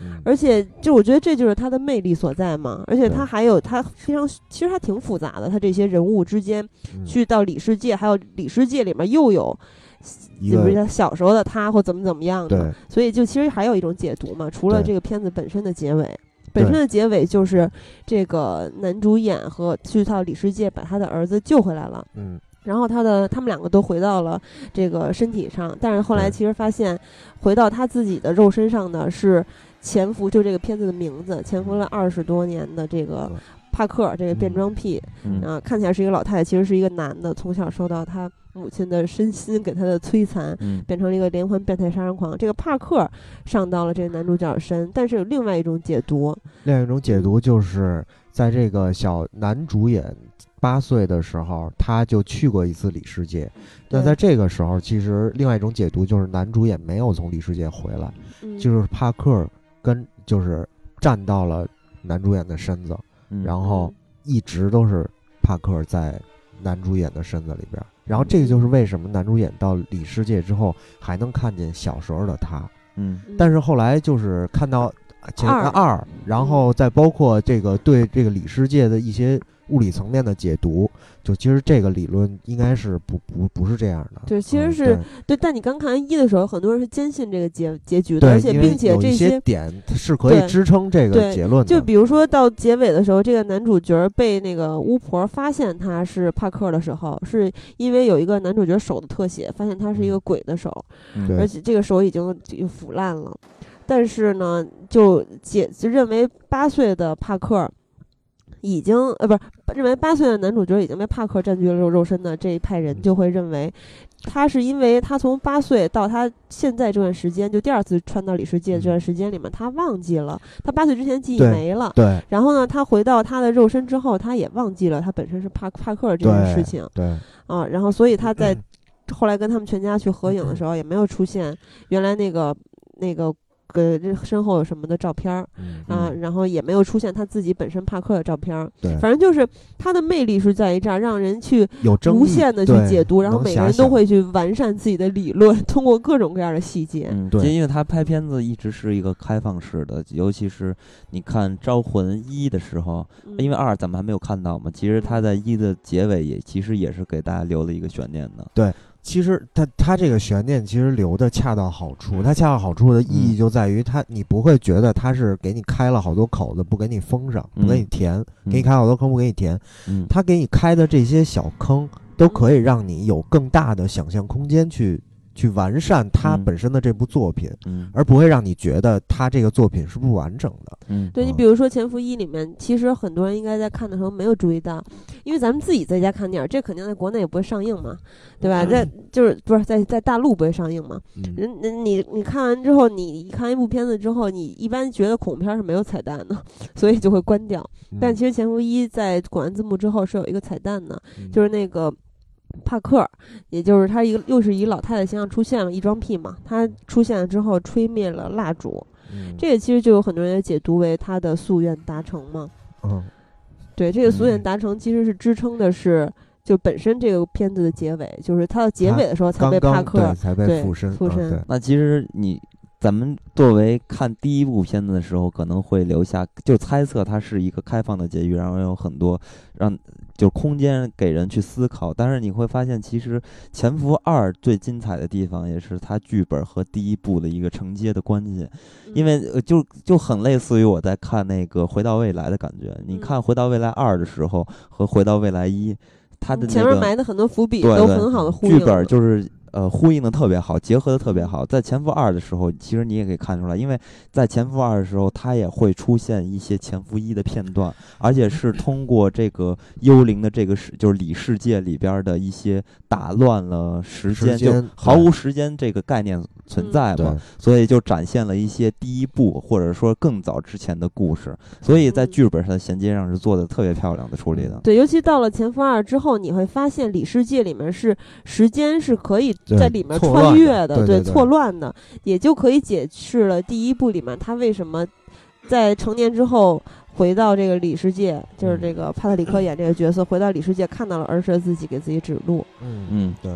嗯而且就我觉得这就是他的魅力所在嘛。而且他对还有他非常，其实他挺复杂的，他这些人物之间嗯去到里世界，还有里世界里面又有。 一就比如个他小时候的他或怎么怎么样的， 对， 所以就其实还有一种解读嘛。除了对这个片子本身的结尾，本身的结尾就是这个男主演和去到里世界把他的儿子救回来了， 嗯然后他的他们两个都回到了这个身体上，但是后来对其实发现回到他自己的肉身上的是潜伏，就这个片子的名字，潜伏了二十多年的这个对帕克，这个变装癖， 嗯啊，看起来是一个老太太，其实是一个男的，从小受到他母亲的身心给他的摧残， 嗯变成了一个连环变态杀人狂。这个帕克上到了这个男主角身，但是有另外一种解读， 另外一种解读就是在这个小男主演八岁的时候，他就去过一次里世界。那在这个时候，其实另外一种解读就是男主演没有从里世界回来， 嗯、 就是帕克跟就是站到了男主演的身子， 嗯然后一直都是帕克在男主演的身子里边。然后这个就是为什么男主演到里世界之后还能看见小时候的他。 嗯但是后来就是看到前二二，然后再包括这个对这个里世界的一些物理层面的解读，就其实这个理论应该是不不不是这样的。 对，其实嗯是、 对对，但你刚看完一的时候，很多人是坚信这个结结局的， 对， 而且因为并且这有一些点是可以对支撑这个对结论的。 就比如说到结尾的时候，这个男主角被那个巫婆发现他是帕克的时候，是因为有一个男主角手的特写，发现他是一个鬼的手， 嗯对而且这个手已经已经腐烂了。但是呢，就解就认为八岁的帕克已经呃不是认为八岁的男主角已经被帕克占据了肉肉身的这一派人，就会认为他是因为他从八岁到他现在这段时间，就第二次穿到里世界这段时间里面，他忘记了他八岁之前记忆对没了。 对然后呢，他回到他的肉身之后，他也忘记了他本身是帕帕克这件事情对啊。然后，所以他在后来跟他们全家去合影的时候，也没有出现原来那个那个。呃，这身后有什么的照片儿、 嗯啊，然后也没有出现他自己本身帕克的照片儿。 对， 反正就是他的魅力是在于这儿，让人去有争议无限的去对解读，然后能每个人遐想都会去完善自己的理论，通过各种各样的细节。 嗯， 对因为他拍片子一直是一个开放式的，尤其是你看《招魂一》的时候， 嗯因为二咱们还没有看到嘛，其实他在一的结尾也其实也是给大家留了一个悬念的。 对。其实他他这个悬念其实留的恰到好处，他恰到好处的意义就在于他你不会觉得他是给你开了好多口子不给你封上，不给你填， 嗯、 给你开好多坑不给你填， 嗯， 他给你开的这些小坑都可以让你有更大的想象空间去去完善他本身的这部作品， 嗯， 而不会让你觉得他这个作品是不完整的。 嗯， 对，你比如说《潜伏一》里面，其实很多人应该在看的时候没有注意到，因为咱们自己在家看电影，这肯定在国内也不会上映嘛，对吧？在就是不是在在大陆不会上映嘛？ 嗯人人你你看完之后，你看一部片子之后，你一般觉得恐怖片是没有彩蛋的，所以就会关掉。 嗯但其实《潜伏一》在滚完字幕之后是有一个彩蛋的， 嗯就是那个。帕克，也就是他一个又是以老太太形象出现了，异装癖嘛。他出现了之后，吹灭了蜡烛， 嗯这个其实就有很多人也解读为他的夙愿达成嘛。 嗯， 对，这个夙愿达成其实是支撑的是，就本身这个片子的结尾，就是他的结尾的时候才被刚帕克刚对才被对附身附身嗯对那其实你咱们作为看第一部片子的时候，可能会留下就猜测它是一个开放的结局，然后有很多让就空间给人去思考。但是你会发现，其实《潜伏二》最精彩的地方，也是它剧本和第一部的一个承接的关系，因为呃就就很类似于我在看那个《回到未来》的感觉。你看《回到未来二》的时候和《回到未来一》，它的那个前面埋的很多伏笔对对都很好的呼应剧本就是呃呼应的特别好，结合的特别好。在《潜伏二》的时候，其实你也可以看出来，因为在《潜伏二》的时候，它也会出现一些《潜伏一》的片段，而且是通过这个幽灵的这个世，就是里世界里边的一些打乱了时间， 时间就毫无时间这个概念存在嘛， 对所以就展现了一些第一部或者说更早之前的故事，所以在剧本上的衔接上是做的特别漂亮的处理的。 对，尤其到了《潜伏二》之后，你会发现里世界里面是时间是可以在里面穿越的， 对对对错乱的，也就可以解释了第一部里面他为什么在成年之后回到这个里世界，就是这个帕特里克演这个角色回到里世界，看到了儿时的自己，给自己指路。 嗯嗯， 对。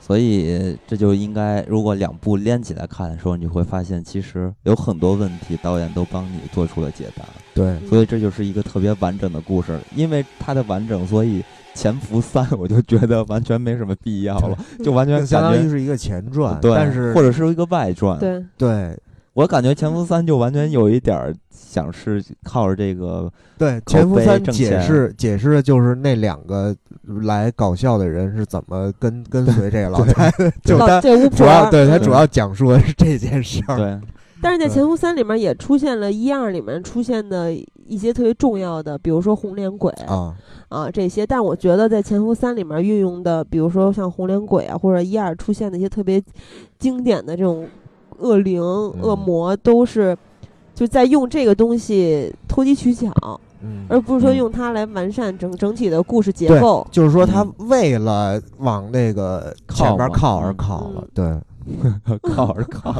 所以这就应该，如果两部连起来看的时候，你会发现其实有很多问题导演都帮你做出了解答。 对， 所以这就是一个特别完整的故事，因为它的完整，所以潜伏三我就觉得完全没什么必要了，就完全相当于感觉是一个前传， 对， 但是或者是一个外传。 对对我感觉潜伏三就完全有一点儿想是靠着这个对，潜伏三挣解钱释解释的就是那两个来搞笑的人是怎么跟跟随这个老太太，就他老这巫主要婆。 对他主要讲述的是这件事儿。 对， 但是在《潜伏三》里面也出现了一二里面出现的一些特别重要的，比如说红脸鬼啊啊这些。但我觉得在《潜伏三》里面运用的，比如说像红脸鬼啊，或者一二出现的一些特别经典的这种恶灵、 嗯、 恶魔，都是就在用这个东西投机取巧。 嗯， 而不是说用它来完善整整体的故事结构， 就是说他为了往那个前边靠而靠了， 嗯、 对， 靠而靠，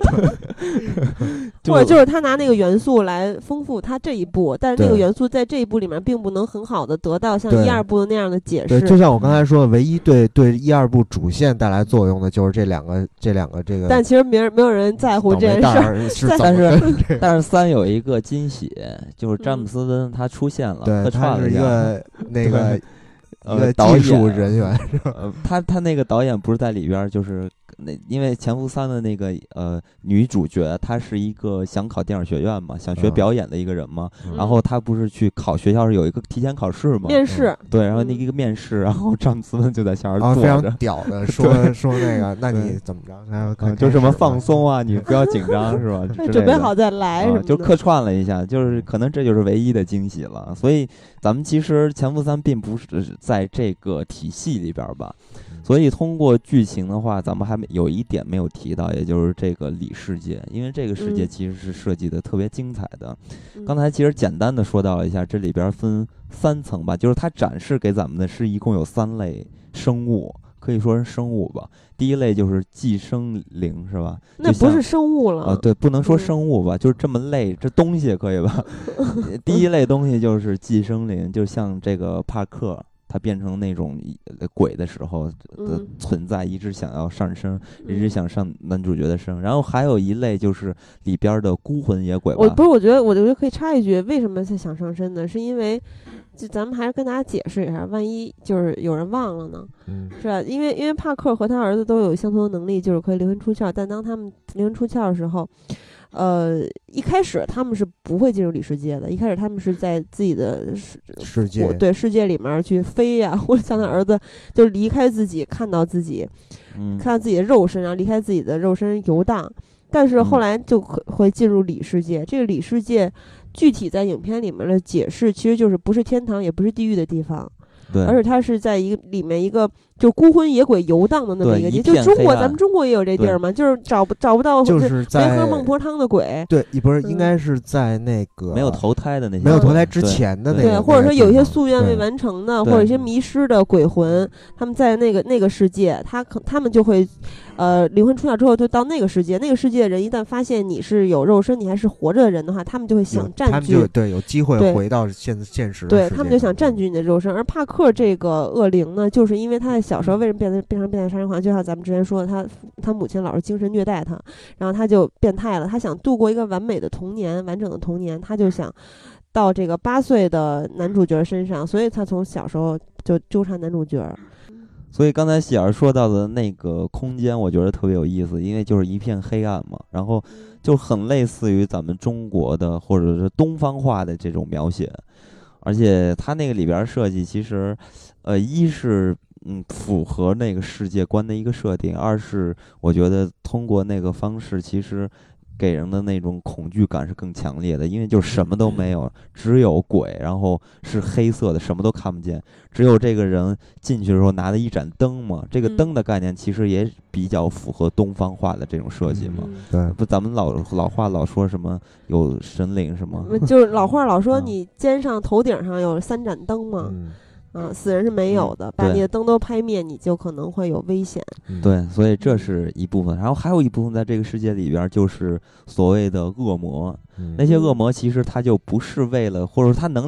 或者就是他拿那个元素来丰富他这一部，但是这个元素在这一部里面并不能很好的得到像一二部那样的解释。 对，就像我刚才说的，唯一对对一二部主线带来作用的就是这两个这两个这个， 但其实没人没有人在乎这件事儿。 是但是但是三有一个惊喜，就是詹姆斯温。他出现了， 对， 他是一个那个一个技术人员， 呃，他他那个导演不是在里边，就是那因为《潜伏三》的那个呃女主角，她是一个想考电影学院嘛，想学表演的一个人嘛， 嗯、 然后她不是去考学校是有一个提前考试嘛， 面试、 嗯，对，然后那一个面试，然后詹姆斯温就在下面坐着， 啊、非常屌的说说那个，那你怎么着？ 嗯、就什么放松啊，你不要紧张是吧？ 准备好再来什么的、 啊，就客串了一下，就是可能这就是唯一的惊喜了。所以咱们其实《潜伏三》并不是在这个体系里边吧，所以通过剧情的话，咱们还有一点没有提到，也就是这个里世界，因为这个世界其实是设计的特别精彩的。 嗯、 刚才其实简单的说到了一下，这里边分三层吧，就是它展示给咱们的是一共有三类生物。可以说是生物吧，第一类就是寄生灵，是吧？ 那不是生物了啊、呃，对，不能说生物吧，嗯、就是这么类，这东西可以吧？第一类东西就是寄生灵，就像这个帕克，他变成那种鬼的时候的存在，一直想要上身， 嗯、 一直想上男主角的身。然后还有一类就是里边的孤魂野鬼吧。 我不是，我觉得，我觉得可以插一句，为什么他想上身呢？是因为。就咱们还是跟大家解释一下，万一就是有人忘了呢， 嗯， 是吧？因为因为帕克和他儿子都有相同的能力，就是可以灵魂出窍。但当他们灵魂出窍的时候，呃，一开始他们是不会进入里世界的，一开始他们是在自己的世世界对世界里面去飞呀、啊，或者像他儿子就离开自己，看到自己， 嗯， 看到自己的肉身，然后离开自己的肉身游荡。但是后来就会进入里世界，嗯、这个里世界。具体在影片里面的解释，其实就是不是天堂，也不是地狱的地方， 对， 而是它是在一个里面一个就孤魂野鬼游荡的那么一个地，就中国咱们中国也有这地儿嘛，就是找不找不到， 就是在没喝孟婆汤的鬼， 对，不是应该是在那个、 嗯、没有投胎的那些， 没有投胎之前的那个， 对，或者说有一些夙愿未完成的，或者一些迷失的鬼魂，他们在那个那个世界，他可他们就会。呃，灵魂出窍之后就到那个世界，那个世界的人一旦发现你是有肉身，你还是活着的人的话，他们就会想占据， 他们就对有机会回到现现实的对，他们就想占据你的肉身。而帕克这个恶灵呢，就是因为他在小时候为什么变成变成变态杀人狂，就像咱们之前说的，他他母亲老是精神虐待他，然后他就变态了，他想度过一个完美的童年，完整的童年，他就想到这个八岁的男主角身上，所以他从小时候就纠缠男主角。 所以刚才喜儿说到的那个空间，我觉得特别有意思，因为就是一片黑暗嘛，然后就很类似于咱们中国的或者是东方化的这种描写，而且它那个里边设计其实，呃，一是嗯符合那个世界观的一个设定，二是我觉得通过那个方式其实。给人的那种恐惧感是更强烈的，因为就什么都没有，只有鬼，然后是黑色的，什么都看不见，只有这个人进去的时候拿了一盏灯嘛，这个灯的概念其实也比较符合东方化的这种设计嘛。 嗯、对， 不，咱们老老话老说什么有神灵什么， 就是老话老说你肩上头顶上有三盏灯嘛。嗯啊，死人是没有的，嗯、把你的灯都拍灭，你就可能会有危险。 对，所以这是一部分，然后还有一部分在这个世界里边，就是所谓的恶魔。嗯、那些恶魔其实他就不是为了，或者说他能力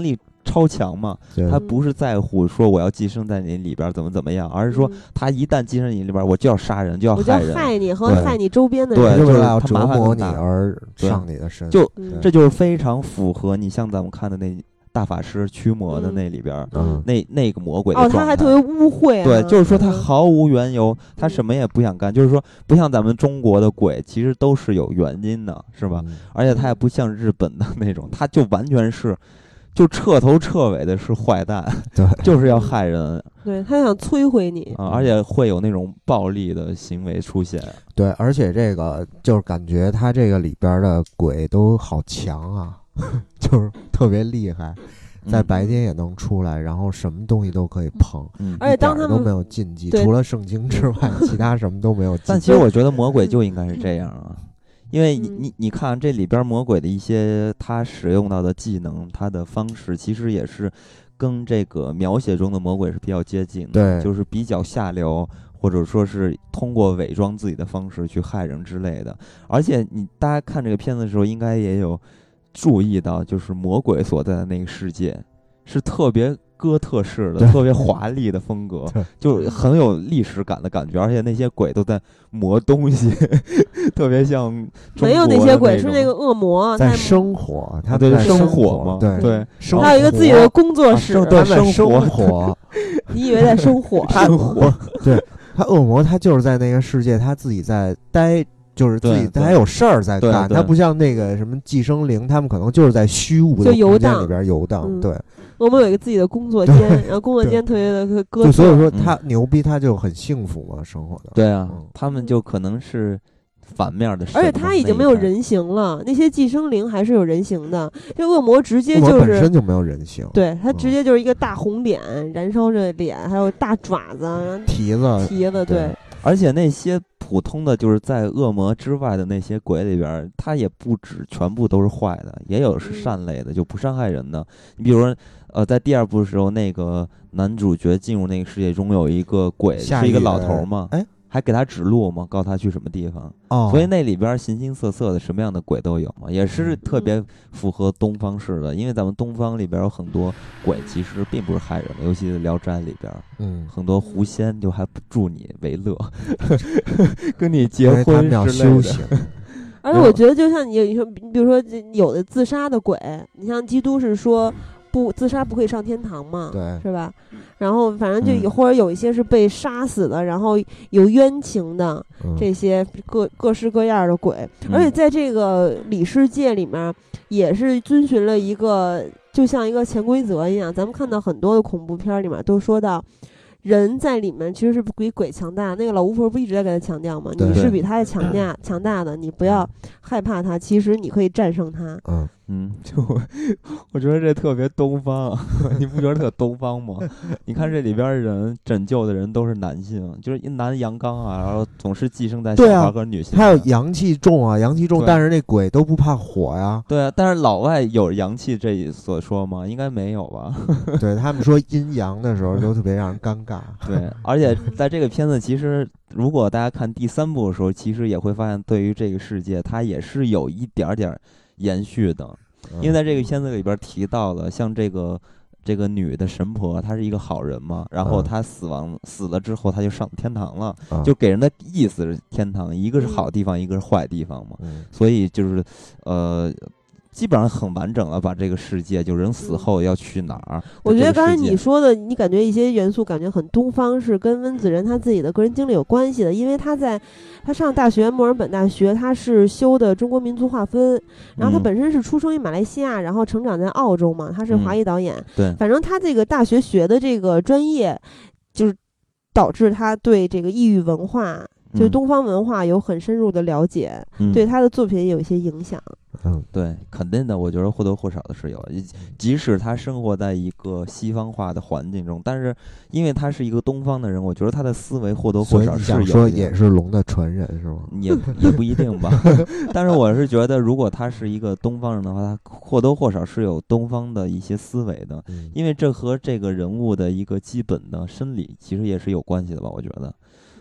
超强嘛， 对他不是在乎说我要寄生在你里边怎么怎么样，而是说嗯他一旦寄生你里边，我就要杀人，就要我就要害人， 害你和对害你周边的对人。 就为了就是要折他麻烦磨你更大而对上你的身， 就嗯这就是非常符合你像咱们看的那大法师驱魔的嗯那里边， 嗯那那个魔鬼的哦， 状态。 他还特别污秽、啊。 对，就是说他嗯毫无缘由，他嗯什么也不想干，就是说不像咱们中国的鬼，其实都是有原因的，是吧？ 嗯而且他也不像日本的那种，他就完全是，就彻头彻尾的是坏蛋， 对， 就是要害人对他想摧毁你。 啊，而且会有那种暴力的行为出现。 对，而且这个就是感觉他这个里边的鬼都好强啊，就是特别厉害，在嗯白天也能出来，然后什么东西都可以碰， 嗯， 而且当他们一点儿都没有禁忌， 对除了圣经之外，其他什么都没有禁忌。 但其实我觉得魔鬼就应该是这样啊，因为你嗯你你看这里边魔鬼的一些他使用到的技能，他的方式其实也是跟这个描写中的魔鬼是比较接近的， 对就是比较下流，或者说是通过伪装自己的方式去害人之类的。而且你大家看这个片子的时候，应该也有注意到，就是魔鬼所在的那个世界是特别哥特式的、 对特别华丽的风格对， 就很有历史感的感觉。而且那些鬼都在磨东西，特别像中没有国的那些鬼， 种是那个恶魔在他生活，他对们在生活活嘛对对生他有一个自己的活工作室， 啊生对他在生活生活， 你以为在生火？ 他我对他恶魔，他就是在那个世界，他自己在待。就是自己对对他还有事儿在对干， 对他不像那个什么寄生灵，他们可能就是在虚无的就游荡空间里边游荡。 嗯对， 我们有一个自己的工作间，然后工作间特别的哥特。 就所以说嗯他牛逼，他就很幸福嘛，生活的。 对啊嗯， 他们就可能是反面的神嘛， 而且他已经没有人形了，那些寄生灵还是有人形的。这恶魔直接恶魔就是本身就没有人性， 对他直嗯接就是一个大红脸，燃烧着脸，还有大爪子、 蹄子蹄子，对， 而且那些普通的就是在恶魔之外的那些鬼里边，他也不止全部都是坏的，也有是善类的，就不伤害人的。你比如说，呃，在第二部的时候，那个男主角进入那个世界中有一个鬼， 下是一个雨老头嘛， 哎， 还给他指路嘛，告诉他去什么地方。 哦， 所以那里边形形色色的什么样的鬼都有嘛，也是嗯特别符合东方式的。因为咱们东方里边有很多鬼，其实并不是害人的，尤其是《聊斋》里边， 嗯， 很多狐仙就还不助你为乐，跟你结因为他婚们要之类的。 修行， 而且我觉得，就像你你说，你比如说这有的自杀的鬼，你像基督是说不自杀不可以上天堂嘛， 对， 是吧？然后反正就有、 嗯或者有一些是被杀死的，然后有冤情的嗯这些各各式各样的鬼， 嗯而且在这个里世界里面也是遵循了一个就像一个潜规则一样，咱们看到很多的恐怖片里面都说到。人在里面其实是比鬼强大，那个老巫婆不一直在给他强调吗？ 对你是比他强大强大的，你不要害怕他，其实你可以战胜他。 嗯， 嗯，就我我觉得这特别东方，你不觉得特东方吗？你看这里边人拯救的人都是男性，就是一男阳刚啊，然后总是寄生在小对啊孩和女性。 他有阳气重啊，阳气重， 对但是那鬼都不怕火呀。 对啊，但是老外有阳气这一所说吗？应该没有吧？ 对他们说阴阳的时候都特别让人尴尬。 对，而且在这个片子，其实如果大家看第三部的时候，其实也会发现，对于这个世界，它也是有一点点延续的。 嗯因为在这个片子里边提到了，像这个这个女的神婆，她是一个好人嘛，然后嗯她死亡死了之后，她就上天堂了， 啊就给人的意思是天堂，一个是好地方，一个是坏地方嘛。 嗯所以就是呃。基本上很完整了，把这个世界就人死后要去哪儿。 我觉得刚才这个世界你说的，你感觉一些元素感觉很东方，是跟温子仁他自己的个人经历有关系的。因为他在他上大学墨尔本大学，他是修的中国民族划分，然后他嗯本身是出生于马来西亚，然后成长在澳洲嘛，他是华裔导演。 对， 反正他这个大学学的这个专业，就是导致他对这个异域文化，就是嗯东方文化有很深入的了解， 嗯对他的作品有一些影响。 嗯， 对，肯定的，我觉得或多或少的是有，即使他生活在一个西方化的环境中，但是因为他是一个东方的人，我觉得他的思维或多或所以你想少是有一点说也是龙的传人是吗？ 也也不一定吧，但是我是觉得，如果他是一个东方人的话，他或多或少是有东方的一些思维的， 嗯因为这和这个人物的一个基本的生理其实也是有关系的吧，我觉得。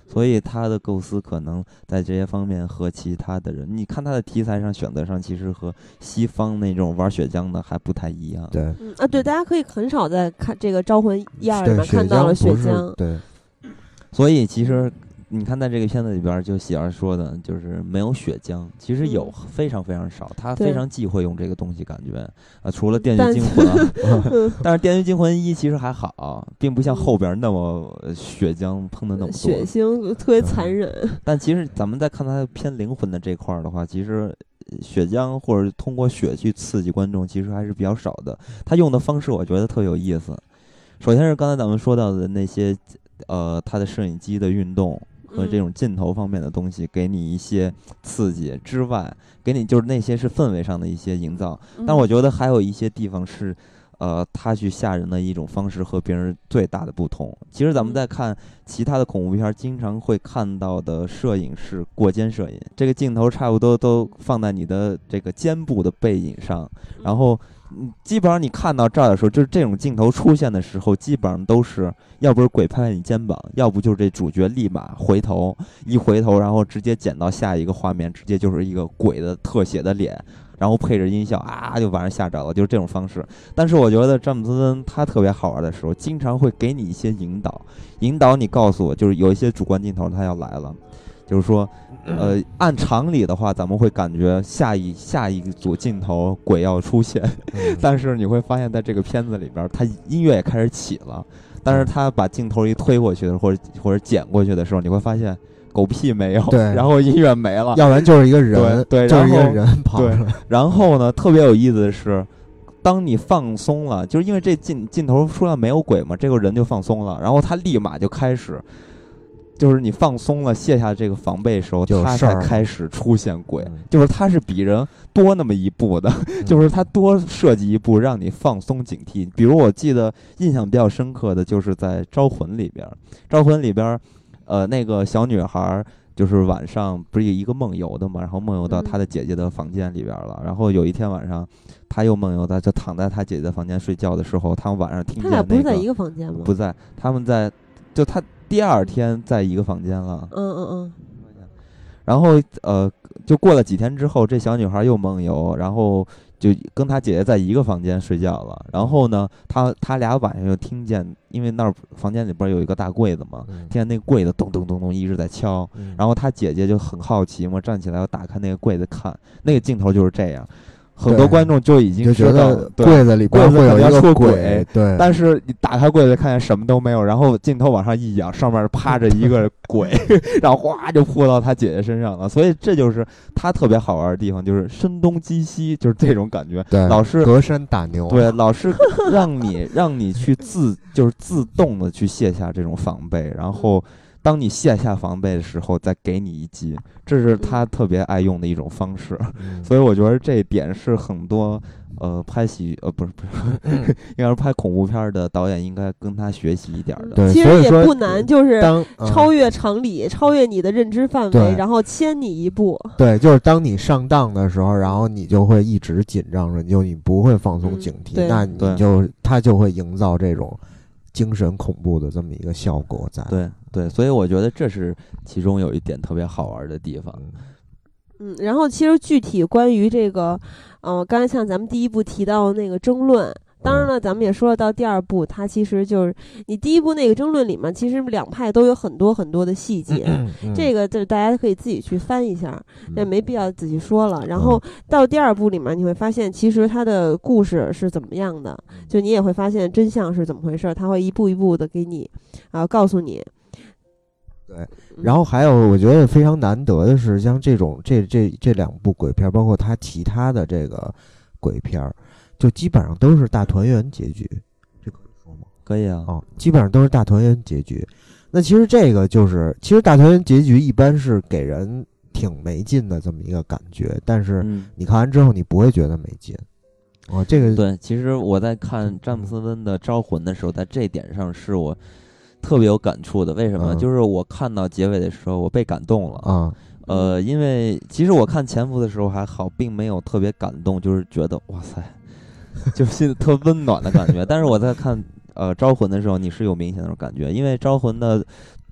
所以他的构思可能在这些方面和其他的人，你看他的题材上选择上，其实和西方那种玩血浆的还不太一样。 对， 嗯啊，对，大家可以很少在看这个《招魂一二》里对面看到了血血浆， 对， 所以其实你看在这个片子里边，就喜儿说的，就是没有血浆，其实有非常非常少，他非常忌讳用这个东西，感觉啊，除了《电锯惊魂》啊，但是《电锯惊魂一》其实还好，并不像后边那么血浆碰的那么多， 血腥特别残忍。 但其实咱们再看他偏灵魂的这块的话，其实血浆或者通过血去刺激观众，其实还是比较少的。他用的方式我觉得特有意思。首先是刚才咱们说到的那些，呃，他的摄影机的运动和这种镜头方面的东西，给你一些刺激之外，给你就是那些是氛围上的一些营造。但我觉得还有一些地方是，呃，他去吓人的一种方式和别人最大的不同。其实咱们在看其他的恐怖片，经常会看到的摄影是过肩摄影，这个镜头差不多都放在你的这个肩部的背影上，然后嗯，基本上你看到这儿的时候，就是这种镜头出现的时候，基本上都是要不是鬼拍拍你肩膀，要不就是这主角立马回头，一回头，然后直接剪到下一个画面，直接就是一个鬼的特写的脸，然后配着音效啊，就把人吓着了，就是这种方式。但是我觉得詹姆斯登他特别好玩的时候，经常会给你一些引导，引导你告诉我，就是有一些主观镜头他要来了。就是说，呃，按常理的话，咱们会感觉下一下一组镜头鬼要出现，但是你会发现在这个片子里边，它音乐也开始起了，但是他把镜头一推过去或者或者剪过去的时候，你会发现狗屁没有， 对， 然后音乐没了， 要不然就是一个人， 对，对， 就是一个人跑出来。 然后呢，特别有意思的是，当你放松了，就是因为这镜镜头出来没有鬼嘛，这个人就放松了，然后他立马就开始。就是你放松了，卸下这个防备的时候，他才开始出现鬼。嗯、就是他是比人多那么一步的，嗯、就是他多设计一步让你放松警惕。比如我记得印象比较深刻的就是在《招魂》里边，《招魂》里边，呃，那个小女孩就是晚上不是有一个梦游的嘛，然后梦游到她的姐姐的房间里边了。嗯、然后有一天晚上，她又梦游到，就躺在她姐姐的房间睡觉的时候，他们晚上听见那个。他俩不是在一个房间吗？ 不在，他们在，就他。第二天在一个房间了， 嗯嗯嗯， 然后呃，就过了几天之后，这小女孩又梦游，然后就跟她姐姐在一个房间睡觉了。然后呢，她她俩晚上又听见，因为那儿房间里边有一个大柜子嘛，听见那个柜子咚咚咚咚一直在敲。然后她姐姐就很好奇嘛，站起来要打开那个柜子看，那个镜头就是这样。很多观众就已经知道柜子里边会有一个鬼，对。 但是你打开柜子看见什么都没有，然后镜头往上一仰，上面趴着一个鬼，然后哗就扑到他姐姐身上了。所以这就是他特别好玩的地方，就是声东击西，就是这种感觉。 对， 老是隔山打牛。 对，老是让你让你去自就是自动的去卸下这种防备，然后。当你卸下防备的时候，再给你一击，这是他特别爱用的一种方式。嗯、所以我觉得这一点是很多呃拍喜呃不是不是，应该是拍恐怖片的导演应该跟他学习一点的。 对， 其实也不难，就是当超越常理，嗯、超越你的认知范围，然后先你一步。 对，就是当你上当的时候，然后你就会一直紧张着，你就你不会放松警惕， 嗯、 那你就他就会营造这种。精神恐怖的这么一个效果在， 对对，所以我觉得这是其中有一点特别好玩的地方。 嗯，然后其实具体关于这个，呃，刚才像咱们第一部提到那个争论，当然了，咱们也说了到第二部，它其实就是你第一部那个争论里面，其实两派都有很多很多的细节， 嗯嗯、 这个就是大家可以自己去翻一下，那、嗯、没必要仔细说了。然后到第二部里面，你会发现其实它的故事是怎么样的，就你也会发现真相是怎么回事，它会一步一步的给你啊告诉你。 对，然后还有我觉得非常难得的是，像这种这这这两部鬼片，包括它其他的这个鬼片。就基本上都是大团圆结局，这可以说吗？ 可以啊， 哦，基本上都是大团圆结局。那其实这个就是，其实大团圆结局一般是给人挺没劲的这么一个感觉，但是你看完之后你不会觉得没劲。哦，这个对，其实我在看詹姆斯温的《招魂》的时候，在这一点上是我特别有感触的。为什么？嗯、就是我看到结尾的时候，我被感动了啊。 嗯、呃，因为其实我看《潜伏》的时候还好，并没有特别感动，就是觉得哇塞。就是特温暖的感觉，但是我在看呃《招魂》的时候，你是有明显的感觉，因为《招魂》的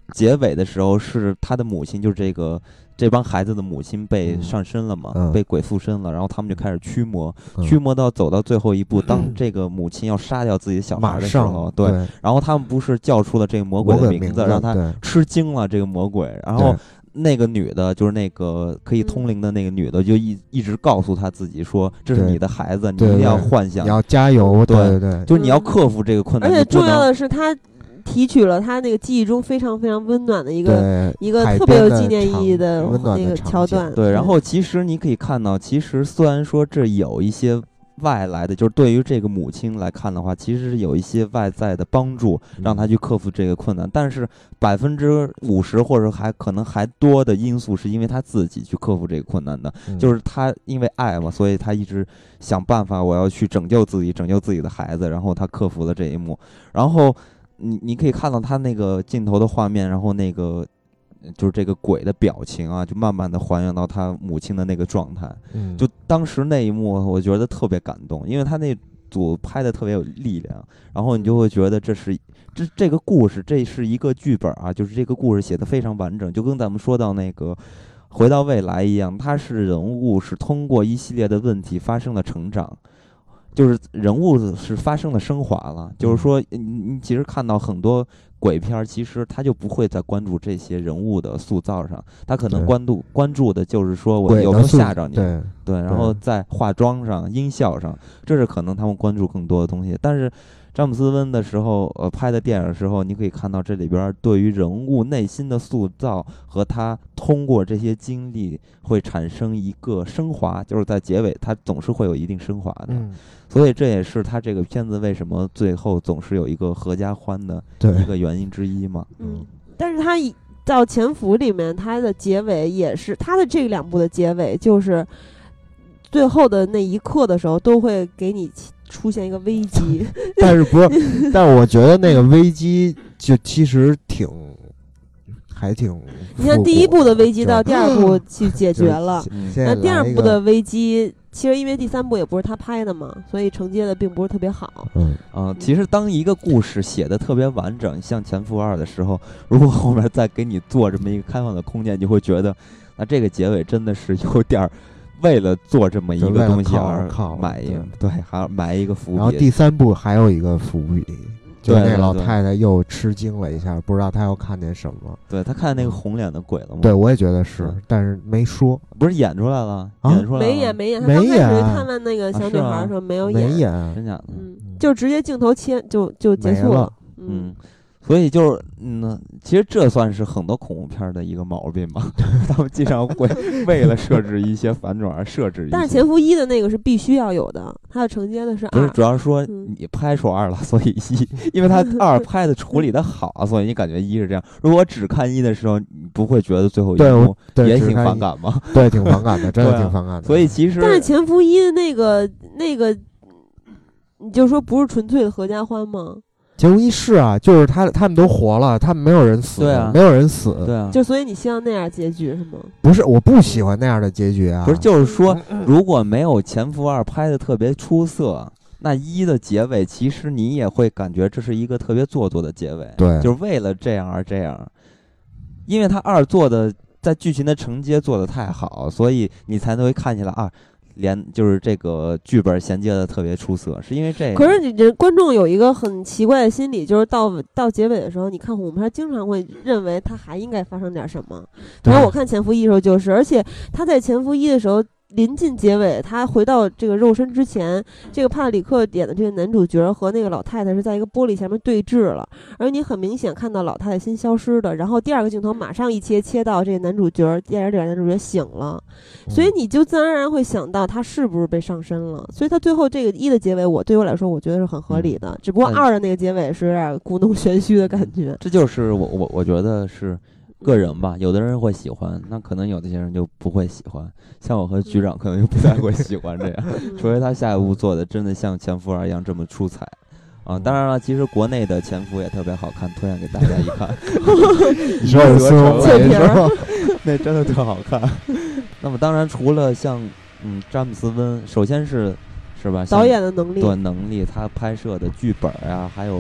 结尾的时候是他的母亲，就是这个这帮孩子的母亲被上身了嘛， 嗯、 被鬼附身了，然后他们就开始驱魔， 嗯、 驱魔到走到最后一步，当这个母亲要杀掉自己的小孩的时候，对， 对， 然后他们不是叫出了这个魔鬼的名字，让他吃惊了这个魔鬼，然后那个女的，就是那个可以通灵的那个女的，就一一直告诉他自己说，这是你的孩子，你一定要幻想， 你要加油， 对对对， 就是你要克服这个困难。 而且重要的是他提取了他那个记忆中非常非常温暖的一个一个特别有纪念意义的那个桥段。 对，然后其实你可以看到，其实虽然说这有一些外来的，就是对于这个母亲来看的话，其实是有一些外在的帮助，让她去克服这个困难。嗯、但是百分之五十或者还可能还多的因素，是因为她自己去克服这个困难的。嗯、就是她因为爱嘛，所以她一直想办法，我要去拯救自己，拯救自己的孩子。然后她克服了这一幕。然后你你可以看到她那个镜头的画面，然后那个。就是这个鬼的表情啊，就慢慢的还原到他母亲的那个状态。嗯，就当时那一幕，我觉得特别感动，因为他那组拍的特别有力量，然后你就会觉得这是这这个故事，这是一个剧本啊，就是这个故事写得非常完整，就跟咱们说到那个回到未来一样，它是人物是通过一系列的问题发生了成长。就是人物是发生了升华了，就是说，你你其实看到很多鬼片，其实他就不会再关注这些人物的塑造上，他可能关注关注的就是说我有没有吓着你， 对对，然后在化妆上、音效上，这是可能他们关注更多的东西。但是詹姆斯温的时候，呃，拍的电影的时候，你可以看到这里边对于人物内心的塑造和他通过这些经历会产生一个升华，就是在结尾他总是会有一定升华的。嗯，所以这也是他这个片子为什么最后总是有一个合家欢的一个原因之一嘛。 嗯，但是他到《潜伏》里面，他的结尾也是他的这两部的结尾，就是最后的那一刻的时候，都会给你出现一个危机。 但是不是？但是我觉得那个危机就其实挺。还挺， 你看第一部的危机到第二部去解决了，那第二部的危机其实因为第三部也不是他拍的嘛，所以承接的并不是特别好。 嗯啊、呃，其实当一个故事写的特别完整，像《潜伏二》的时候，如果后面再给你做这么一个开放的空间，你会觉得，那这个结尾真的是有点为了做这么一个东西而埋一对，还埋一个伏笔。 然后第三部还有一个伏笔。就那老太太又吃惊了一下，不知道她要看见什么。 对，她看见那个红脸的鬼了吗？ 对，我也觉得是，但是没说。 不是演出来了？啊、演出来了？ 没演，没演。 没演。 他刚开始探望那个小女孩的时候没有演， 没演， 真假的？ 嗯，就直接镜头切就就结束了。 嗯，所以就是嗯，其实这算是很多恐怖片的一个毛病吧。他们经常会为了设置一些反转而设置一些。 但是《潜伏一》的那个是必须要有的，它的承接的是二。 不是，主要是说你拍出二了，所以一，因为他二拍的处理的好，所以你感觉一是这样。如果只看一的时候，你不会觉得最后一幕也挺反感吗？ 对，挺反感的，真的挺反感的。 所以其实， 但是《潜伏一》的那个那个，你就说不是纯粹的合家欢吗？ 潜伏一是啊，就是他他们都活了，他们没有人死， 对啊， 没有人死， 对啊， 就所以你希望那样结局是吗？ 不是，我不喜欢那样的结局啊。 不是，就是说，如果没有《潜伏二》拍的特别出色，那一的结尾其实你也会感觉这是一个特别做作的结尾， 对， 就是为了这样而这样，因为他二做的在剧情的承接做的太好，所以你才会看起来啊。连就是这个剧本衔接的特别出色，是因为这个。 可是你这观众有一个很奇怪的心理，就是到到结尾的时候，你看恐怖片经常会认为它还应该发生点什么。然后我看《潜伏一》的时候就是，而且他在《潜伏一》的时候。临近结尾，他回到这个肉身之前，这个帕特里克演的这个男主角和那个老太太是在一个玻璃前面对峙了，而你很明显看到老太太心消失的，然后第二个镜头马上一切切到这个男主角，第二个男主角醒了，所以你就自然而然会想到他是不是被上身了，所以他最后这个一的结尾，我对我来说我觉得是很合理的，嗯、只不过二的那个结尾是有点故弄玄虚的感觉。 这就是我我我觉得是。个人吧，有的人会喜欢，那可能有的些人就不会喜欢。像我和局长可能就不太会喜欢这样，除非他下一步做的真的像《潜伏二》一样这么出彩啊！当然了，其实国内的《潜伏》也特别好看，推荐给大家一看。 你说的孙伟是吧？ 那真的特好看。那么当然，除了像嗯詹姆斯温，首先是是吧？ 导演的能力， 对能力，他拍摄的剧本啊，还有。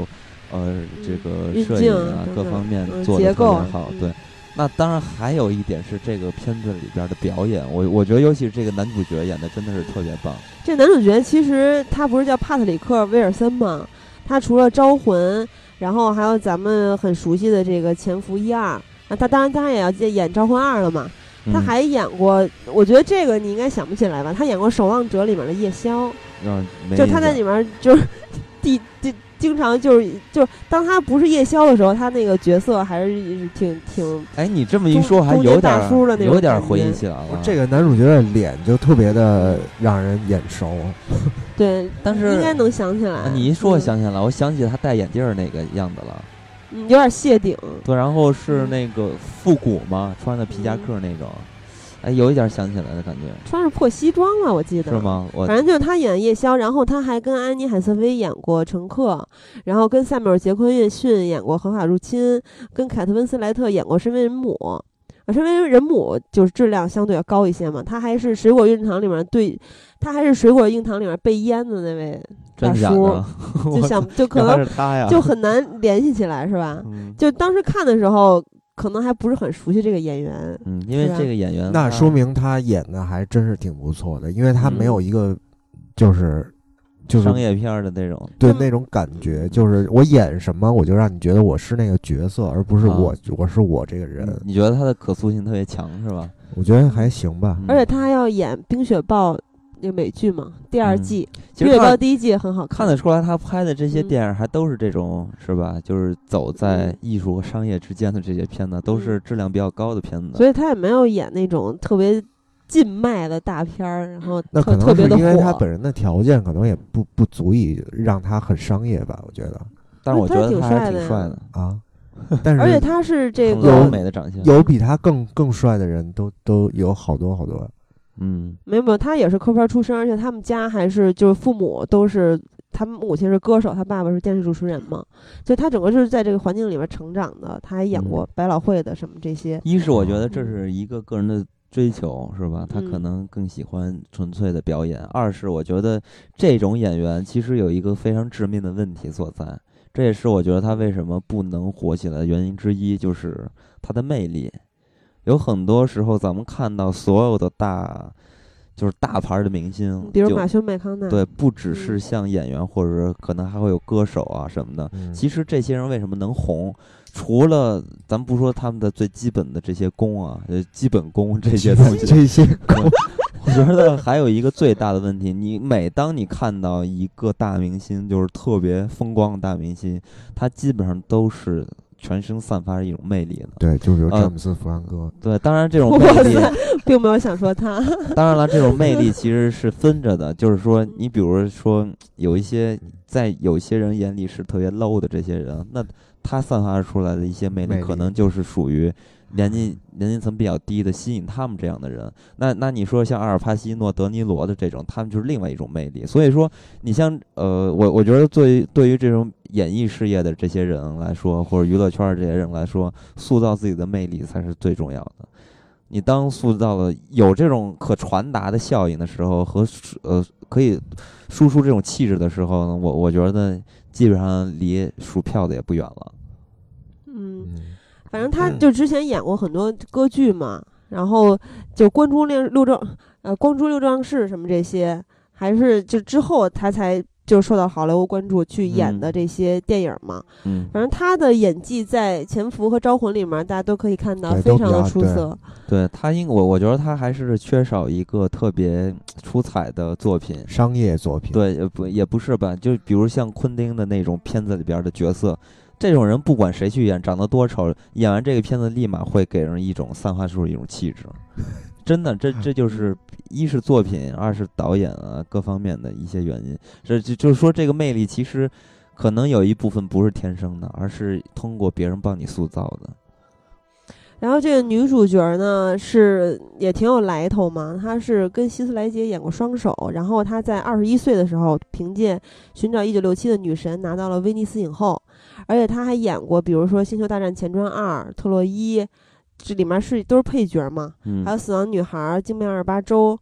呃这个运摄影啊镜等等各方面嗯做的特结构别好。 嗯对，那当然还有一点是这个片子里边的表演，我我觉得尤其是这个男主角演的真的是特别棒。 这男主角其实他不是叫帕特里克·威尔森吗？他除了《招魂》，然后还有咱们很熟悉的这个《潜伏一二》，啊，他当然他也要演《招魂二》了嘛。他还演过、嗯，我觉得这个你应该想不起来吧？他演过《守望者》里面的夜宵， 嗯、 就他在里面就是第第经常就是就当他不是夜宵的时候，他那个角色还是挺挺。 哎，你这么一说，还有点有点回忆起来了。 这个男主角的脸就特别的让人眼熟。 对， 但是应该能想起来。 啊、你一说，我想起来、嗯，我想起他戴眼镜那个样子了。 嗯，有点谢顶。 对，然后是那个复古嘛，穿的皮夹克那种，哎，有一点想起来的感觉。 穿着破西装了，我记得。 是吗？我反正就是他演夜宵，然后他还跟安妮海瑟薇演过乘客，然后跟塞缪尔杰克逊逊演过合法入侵，跟凯特温斯莱特演过身为人母。啊，身为人母就是质量相对要高一些嘛。他还是水果硬糖里面对，他还是水果硬糖里面被淹的那位大叔，就想就可能就很难联系起来，是吧？ 嗯、 就当时看的时候，可能还不是很熟悉这个演员。 嗯，因为这个演员， 那说明他演的还真是挺不错的，因为他没有一个就是。嗯就是商业片的那种， 对那种感觉，就是我演什么，我就让你觉得我是那个角色，而不是我，啊、我是我这个人。 你觉得他的可塑性特别强，是吧？ 我觉得还行吧。 而且他还要演《冰雪暴》那个美剧嘛，第二季。 嗯、 冰雪暴第一季也很好看， 看得出来他拍的这些电影还都是这种，嗯、是吧？就是走在艺术和商业之间的这些片子，都是质量比较高的片子。 所以他也没有演那种特别。禁卖的大片儿，然后那可能是因为他本人的条件可能也不不足以让他很商业吧，我觉得。 但是我觉得他还是挺帅的啊。但是而且他是这个有美的长相， 有比他更更帅的人都都有好多好多。 嗯， 没有没有，他也是科班出身，而且他们家还是就是父母都是，他们母亲是歌手，他爸爸是电视主持人嘛，就他整个就是在这个环境里面成长的。他还演过百老汇的什么这些。 嗯、一是我觉得这是一个个人的追求，是吧？他可能更喜欢纯粹的表演。嗯、二是我觉得这种演员其实有一个非常致命的问题所在，这也是我觉得他为什么不能火起来的原因之一，就是他的魅力。有很多时候咱们看到所有的大就是大牌的明星， 比如马修麦康纳， 对，不只是像演员，嗯、或者可能还会有歌手啊什么的。 嗯、 其实这些人为什么能红？除了咱们不说他们的最基本的这些功啊，呃，基本功这些东西， 这些功， 我觉得还有一个最大的问题，你每当你看到一个大明星，就是特别风光的大明星，他基本上都是全身散发着一种魅力的。 对，就比如詹姆斯·弗兰哥。 呃、对，当然这种魅力， 并没有想说他。 当然了，这种魅力其实是分着的，就是说，你比如说有一些在有些人眼里是特别 low 的这些人，那他散发出来的一些魅力，可能就是属于年纪年龄层比较低的，吸引他们这样的人。那那你说像阿尔帕西诺、德尼罗的这种，他们就是另外一种魅力。所以说，你像呃，我我觉得对于对于这种演艺事业的这些人来说，或者娱乐圈这些人来说，塑造自己的魅力才是最重要的。你当塑造了有这种可传达的效应的时候，和呃可以输出这种气质的时候呢，我我觉得基本上离数票的也不远了。 嗯，反正他就之前演过很多歌剧嘛，然后就光珠六六壮呃光珠六壮士什么这些，还是就之后他才就受到好莱坞关注去演的这些电影嘛。 嗯， 反正他的演技在《潜伏》和《招魂》里面，大家都可以看到非常的出色。 对，他应我我觉得他还是缺少一个特别出彩的作品， 商业作品。 对，也不也不是吧，就比如像昆汀的那种片子里边的角色。这种人不管谁去演，长得多丑，演完这个片子立马会给人一种散发出一种气质。真的，这这就是一是作品，二是导演啊各方面的一些原因。这就就是说，这个魅力其实可能有一部分不是天生的，而是通过别人帮你塑造的。 然后这个女主角呢是也挺有来头嘛，她是跟希斯莱杰演过双手，然后她在二十一岁的时候凭借《寻找一九六七的女神》拿到了威尼斯影后，而且她还演过比如说《星球大战前传二》、特洛伊，这里面是都是配角嘛， 嗯、 还有《死亡女孩》、《惊变二十八周》，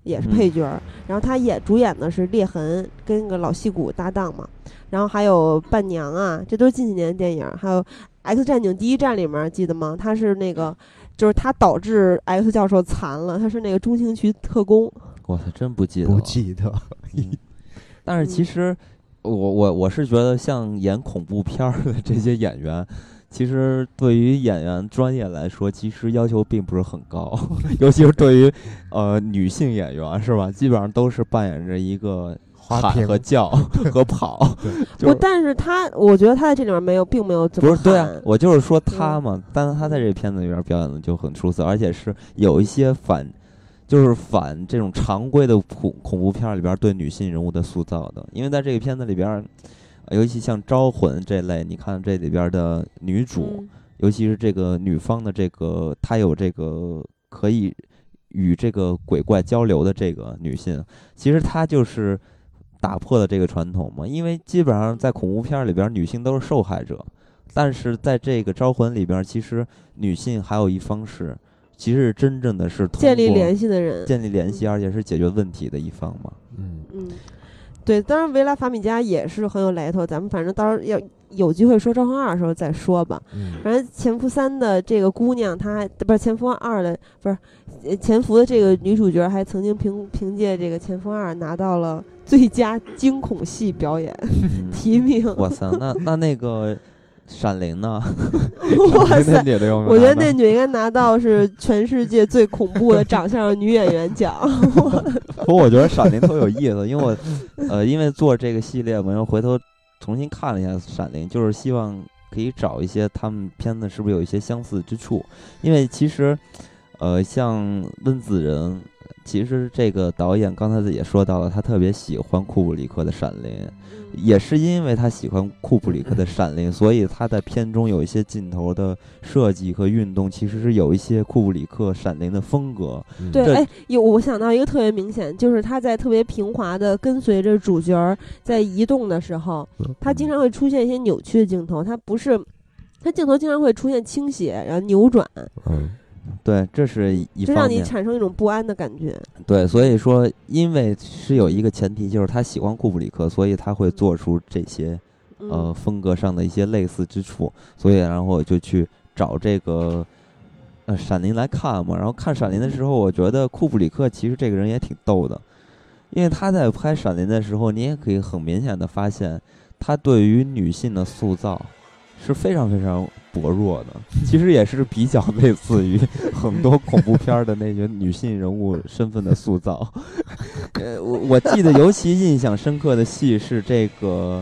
也是配角、嗯、然后他也主演的是裂痕，跟那个老戏骨搭档嘛，然后还有伴娘啊，这都是近几年的电影，还有 X 战警第一站里面记得吗？他是那个就是他导致 X 教授残了，他是那个中情局特工。 我操，真不记得不记得、 嗯、但是其实我我我是觉得像演恐怖片的这些演员，其实对于演员专业来说，其实要求并不是很高，尤其是对于呃女性演员是吧？基本上都是扮演着一个喊和叫和跑。 不，但是他我觉得他在这里面没有，并没有怎么不是对啊，我就是说他嘛， 嗯、 但是他在这个片子里边表演的就很出色，而且是有一些反。就是反这种常规的恐恐怖片里边对女性人物的塑造的，因为在这个片子里边，尤其像《招魂》这类，你看这里边的女主， 嗯、 尤其是这个女方的这个，她有这个可以与这个鬼怪交流的这个女性，其实她就是打破了这个传统嘛，因为基本上在恐怖片里边，女性都是受害者，但是在这个《招魂》里边，其实女性还有一方是。其实真正的是建立联系的人， 建立联系，而且是解决问题的一方嘛。 嗯嗯，对，当然维拉法米加也是很有来头，咱们反正到时候要有机会说《招魂二》的时候再说吧。 嗯， 反正《潜伏三》的这个姑娘，她还不是《潜伏二》的，不是《潜伏》的这个女主角，还曾经凭凭借这个《潜伏二》拿到了最佳惊恐戏表演、嗯、提名。 哇塞，那那那个。闪灵呢？ 哇塞！我觉得那女应该拿到是全世界最恐怖的长相女演员奖。 不过我觉得闪灵特有意思，因为我呃，因为做这个系列嘛，然后回头重新看了一下闪灵，就是希望可以找一些他们片子是不是有一些相似之处。因为其实呃，像温子仁，其实这个导演刚才也说到了，他特别喜欢库布里克的闪灵。也是因为他喜欢库布里克的闪灵，所以他在片中有一些镜头的设计和运动，其实是有一些库布里克闪灵的风格。 对，哎，有我想到一个特别明显，就是他在特别平滑的跟随着主角在移动的时候，他经常会出现一些扭曲的镜头，他不是，他镜头经常会出现倾斜，然后扭转。 嗯。对，这是一方面， 就让你产生一种不安的感觉。 对，所以说，因为是有一个前提，就是他喜欢库布里克，所以他会做出这些呃风格上的一些类似之处。所以，然后我就去找这个呃《闪灵》来看嘛。然后看《闪灵》的时候，我觉得库布里克其实这个人也挺逗的，因为他在拍《闪灵》的时候，你也可以很明显的发现，他对于女性的塑造是非常非常薄弱的，其实也是比较类似于很多恐怖片的那些女性人物身份的塑造。呃，我我记得尤其印象深刻的戏是这个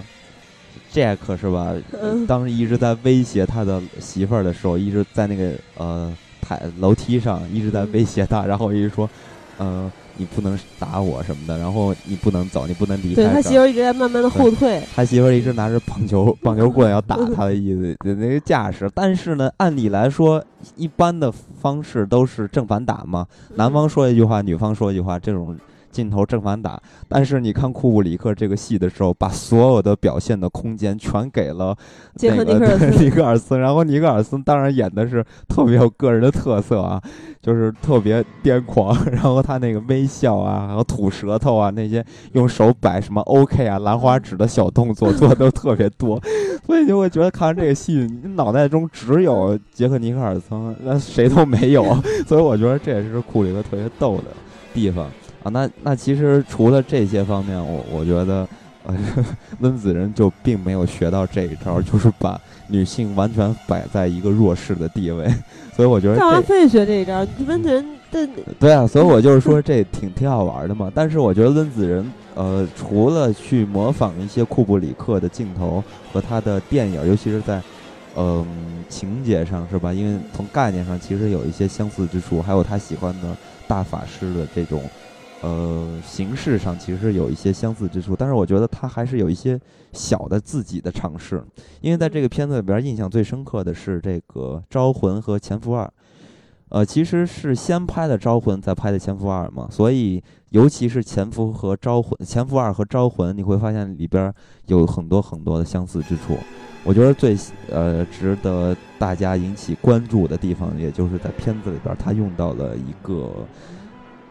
Jack 是吧？当时一直在威胁他的媳妇儿的时候，一直在那个呃台楼梯上一直在威胁他，然后一直说，呃。你不能打我什么的，然后你不能走，你不能离开。 对他媳妇一直在慢慢的后退， 他媳妇一直拿着棒球棒球棍要打他的意思，那个架势。但是呢，按理来说，一般的方式都是正反打嘛，男方说一句话，女方说一句话，这种镜头正反打。但是你看库布里克这个戏的时候，把所有的表现的空间全给了杰克尼克尔斯，尼克尔斯。然后尼克尔斯当然演的是特别有个人的特色啊，就是特别癫狂。然后他那个微笑啊，然后吐舌头啊，那些用手摆什么 OK 啊、兰花指的小动作做的都特别多。所以就会觉得看完这个戏，你脑袋中只有杰克尼克尔斯，那谁都没有。所以我觉得这也是库布里克特别逗的地方。啊，那那其实除了这些方面，我我觉得，呃，温子仁就并没有学到这一招，就是把女性完全摆在一个弱势的地位，所以我觉得干嘛非得学这一招？温子仁的对啊，所以我就是说这挺挺好玩的嘛。但是我觉得温子仁，呃，除了去模仿一些库布里克的镜头和他的电影，尤其是在嗯、呃、情节上是吧？因为从概念上其实有一些相似之处，还有他喜欢的大法师的这种。呃，形式上其实有一些相似之处，但是我觉得他还是有一些小的自己的尝试。因为在这个片子里边，印象最深刻的是这个《招魂》和《潜伏二》。呃，其实是先拍的《招魂》，再拍的《潜伏二》嘛，所以尤其是《潜伏》和《招魂》，《潜伏二》和《招魂》，你会发现里边有很多很多的相似之处。我觉得最呃值得大家引起关注的地方，也就是在片子里边，他用到了一个。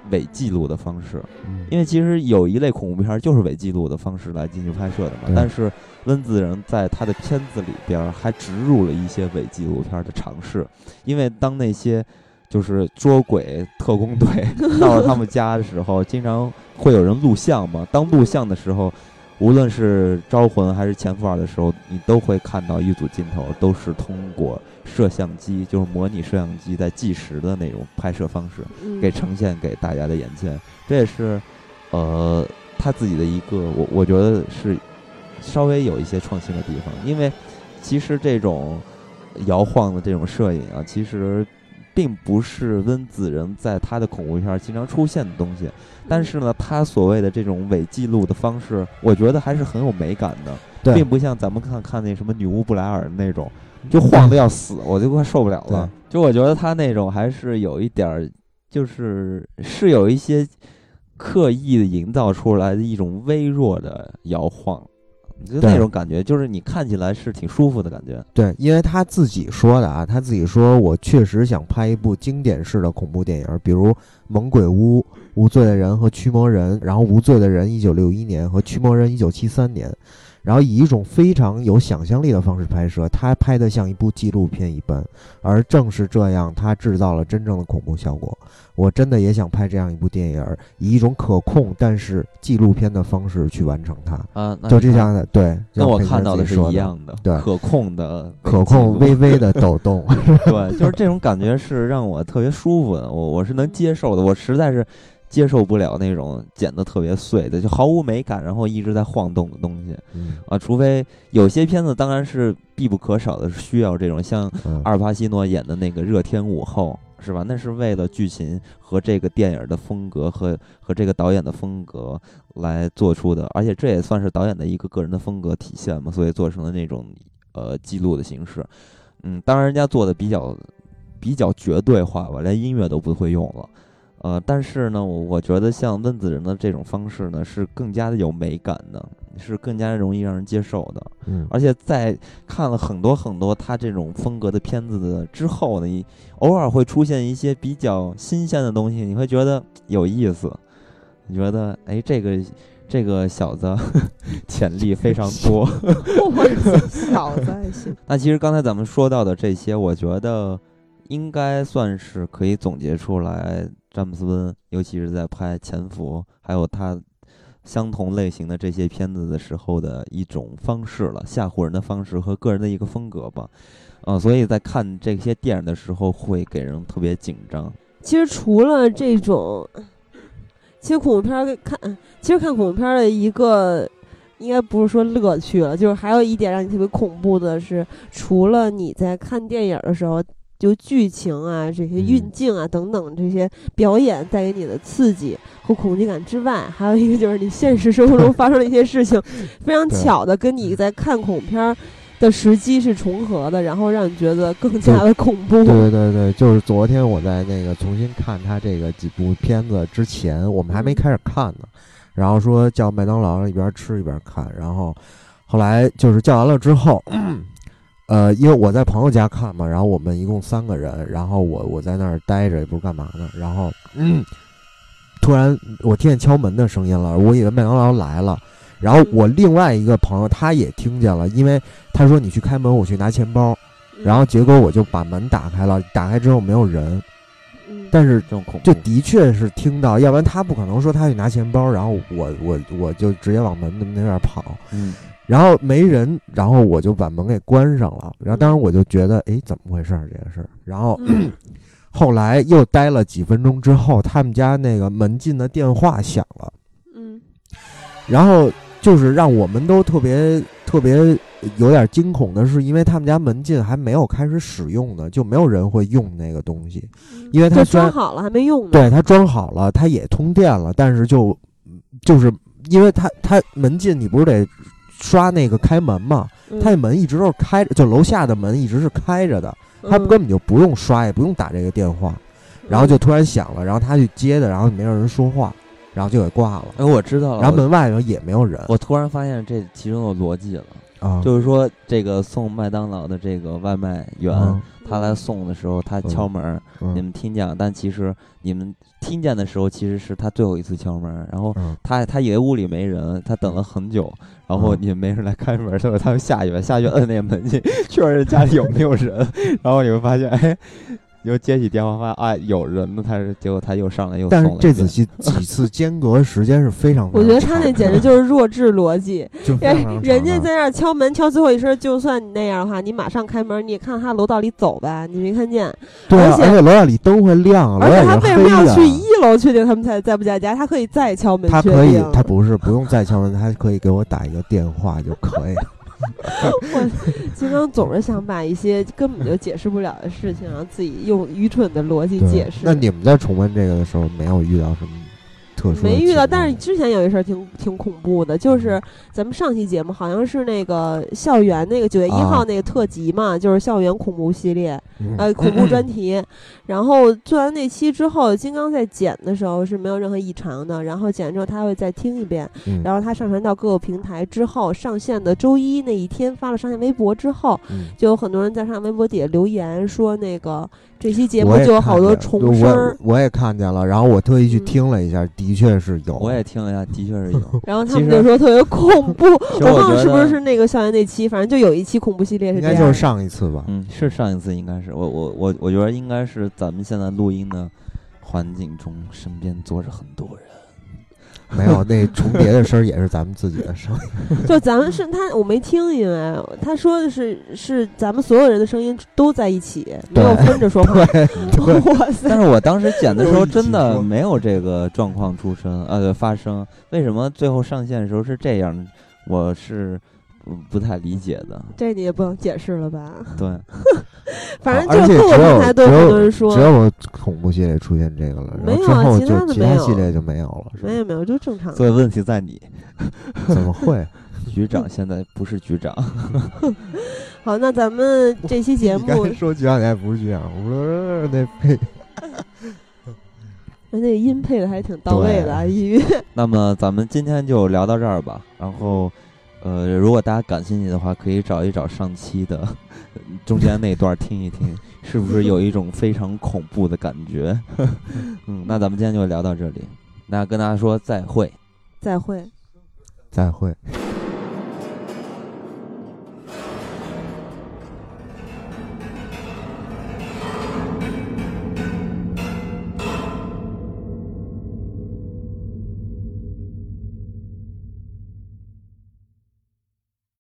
伪记录的方式， 嗯因为其实有一类恐怖片就是伪记录的方式来进行拍摄的嘛。 对但是温子仁在他的片子里边还植入了一些伪纪录片的尝试，因为当那些就是捉鬼特工队到了他们家的时候，经常会有人录像嘛。当录像的时候，无论是招魂还是前夫二的时候，你都会看到一组镜头都是通过摄像机，就是模拟摄像机在计时的那种拍摄方式， 嗯给呈现给大家的眼前。这也是呃他自己的一个，我我觉得是稍微有一些创新的地方。因为其实这种摇晃的这种摄影啊，其实并不是温子仁在他的恐怖片经常出现的东西，但是呢，他所谓的这种伪记录的方式，我觉得还是很有美感的， 对并不像咱们看看那什么女巫布莱尔那种，就晃得要死，我就快受不了了。就我觉得他那种还是有一点儿，就是是有一些刻意的营造出来的一种微弱的摇晃。就那种感觉，就是你看起来是挺舒服的感觉。 对，因为他自己说的啊，他自己说我确实想拍一部经典式的恐怖电影，比如《猛鬼屋》、《无罪的人》和《驱魔人》，然后《无罪的人》一九六一年和《驱魔人》一九七三年，然后以一种非常有想象力的方式拍摄，他拍得像一部纪录片一般，而正是这样，他制造了真正的恐怖效果。我真的也想拍这样一部电影，以一种可控但是纪录片的方式去完成它啊， 就这样的，对， 跟我看到的是一样的， 对， 可控的， 可控微微的抖动， 对，就是这种感觉是让我特别舒服的，我我是能接受的，我实在是接受不了那种剪得特别碎的，就毫无美感，然后一直在晃动的东西， 嗯啊，除非有些片子当然是必不可少的，是需要这种像阿尔帕西诺演的那个《热天午后》。是吧？那是为了剧情和这个电影的风格和和这个导演的风格来做出的，而且这也算是导演的一个个人的风格体现嘛，所以做成了那种呃记录的形式。嗯，当然人家做的比较比较绝对化吧，连音乐都不会用了。呃，但是呢，我我觉得像温子仁的这种方式呢，是更加的有美感的，是更加容易让人接受的。 嗯， 而且在看了很多很多他这种风格的片子的之后呢，你偶尔会出现一些比较新鲜的东西，你会觉得有意思。你觉得，哎，这个这个小子潜力非常多。 小子还行。 那其实刚才咱们说到的这些，我觉得应该算是可以总结出来。詹姆斯温，尤其是在拍《潜伏》还有他相同类型的这些片子的时候的一种方式了，吓唬人的方式和个人的一个风格吧。呃，所以在看这些电影的时候会给人特别紧张。 其实除了这种，其实恐怖片看，其实看恐怖片的一个。应该不是说乐趣了，就是还有一点让你特别恐怖的是，除了你在看电影的时候。就剧情啊，这些运镜啊等等这些表演带给你的刺激和恐惧感之外，还有一个就是你现实生活中发生的一些事情，非常巧的跟你在看恐怖片的时机是重合的，然后让你觉得更加的恐怖。 对对对对，就是昨天我在那个重新看他这个几部片子之前，我们还没开始看呢，然后说叫麦当劳一边吃一边看，然后后来就是叫完了之后。呃，因为我在朋友家看嘛，然后我们一共三个人，然后我我在那儿待着也不是干嘛呢，然后嗯，突然我听见敲门的声音了，我以为麦当劳来了，然后我另外一个朋友他也听见了，因为他说你去开门，我去拿钱包，然后结果我就把门打开了，打开之后没有人，但是就的确是听到，要不然他不可能说他去拿钱包，然后我我我就直接往门那边跑， 嗯。 然后没人，然后我就把门给关上了。然后当时我就觉得，哎，怎么回事这个事儿？然后、嗯、后来又待了几分钟之后，他们家那个门禁的电话响了。 嗯， 然后就是让我们都特别特别有点惊恐的是，因为他们家门禁还没有开始使用呢，就没有人会用那个东西，因为它装好了还没用呢。 对，它装好了，它也通电了，但是就就是因为它它门禁你不是得。刷那个开门嘛，他那门一直都是开着，就楼下的门一直是开着的，他根本就不用刷，也不用打这个电话，然后就突然响了，然后他去接的，然后没有人说话，然后就给挂了。 哎，我知道了。 然后门外头也没有人。 我突然发现这其中的逻辑了， 啊， 就是说这个送麦当劳的这个外卖员， 嗯他来送的时候，他敲门， 嗯你们听见了，但其实你们听见的时候，其实是他最后一次敲门，然后嗯他他以为屋里没人，他等了很久，然后你们没人来开门，结果他就下去下去摁那个门去确认家里有没有人，然后你会发现，哎。又接起电话发现啊有人呢，他是结果他又上来又送了一遍。 但是这仔细几次间隔时间是非常非常长的， 我觉得他那简直就是弱智逻辑。 就非常长的人家在那儿敲门敲最后一声，就算你那样的话，你马上开门，你也看他楼道里走呗，你没看见？ 对啊， 而且而且楼道里灯会亮， 而且他为什么要去一？ 一楼确定他们在在不在家？他可以再敲门确定。 他可以，他不是不用再敲门，他可以给我打一个电话就可以了。 我金刚总是想把一些根本就解释不了的事情，然后自己用愚蠢的逻辑解释。 那你们在重温这个的时候，没有遇到什么特殊的？ 没遇到，但是之前有一事儿挺挺恐怖的，就是咱们上期节目好像是那个校园那个九月一号那个特辑嘛，啊、就是校园恐怖系列， 嗯、 呃，恐怖专题。然后做完那期之后，金刚在剪的时候是没有任何异常的，然后剪完之后他会再听一遍， 嗯、 然后他上传到各个平台之后，上线的周一那一天发了上线微博之后， 嗯、 就有很多人在上微博底下留言说那个这期节目就有好多重声我，我也看见了，然后我特意去听了一下，嗯、的确是有， 我也听了一下，的确是有。 然后他们就说特别恐怖， 我忘了是不是那个校园那期，反正就有一期恐怖系列是这样， 应该就是上一次吧， 嗯，是上一次，应该是我我我我觉得应该是咱们现在录音的环境中，身边坐着很多人。 没有，那重叠的声也是咱们自己的声音。 就咱们是他，我没听，因为他说的是是咱们所有人的声音都在一起，没有分着说话。哇塞！ 但是我当时剪的时候真的没有这个状况出生，呃，发生。为什么最后上线的时候是这样？我是不太理解的。 这你也不能解释了吧？ 对。 反正就各个平台都有很多人说， 只有我恐怖系列出现这个了， 没有之后其他的就其他系列就没有了。 没有没有，就正常。 所以问题在你， 怎么会？ 局长现在不是局长。 好，那咱们这期节目， 你刚才说局长，你还不是局长，我说那配， 人家音配的还挺到位的啊，音乐。 那么咱们今天就聊到这儿吧，然后。呃，如果大家感兴趣的话，可以找一找上期的中间那段听一听，是不是有一种非常恐怖的感觉？嗯，那咱们今天就聊到这里，那跟大家说再会， 再会， 再会。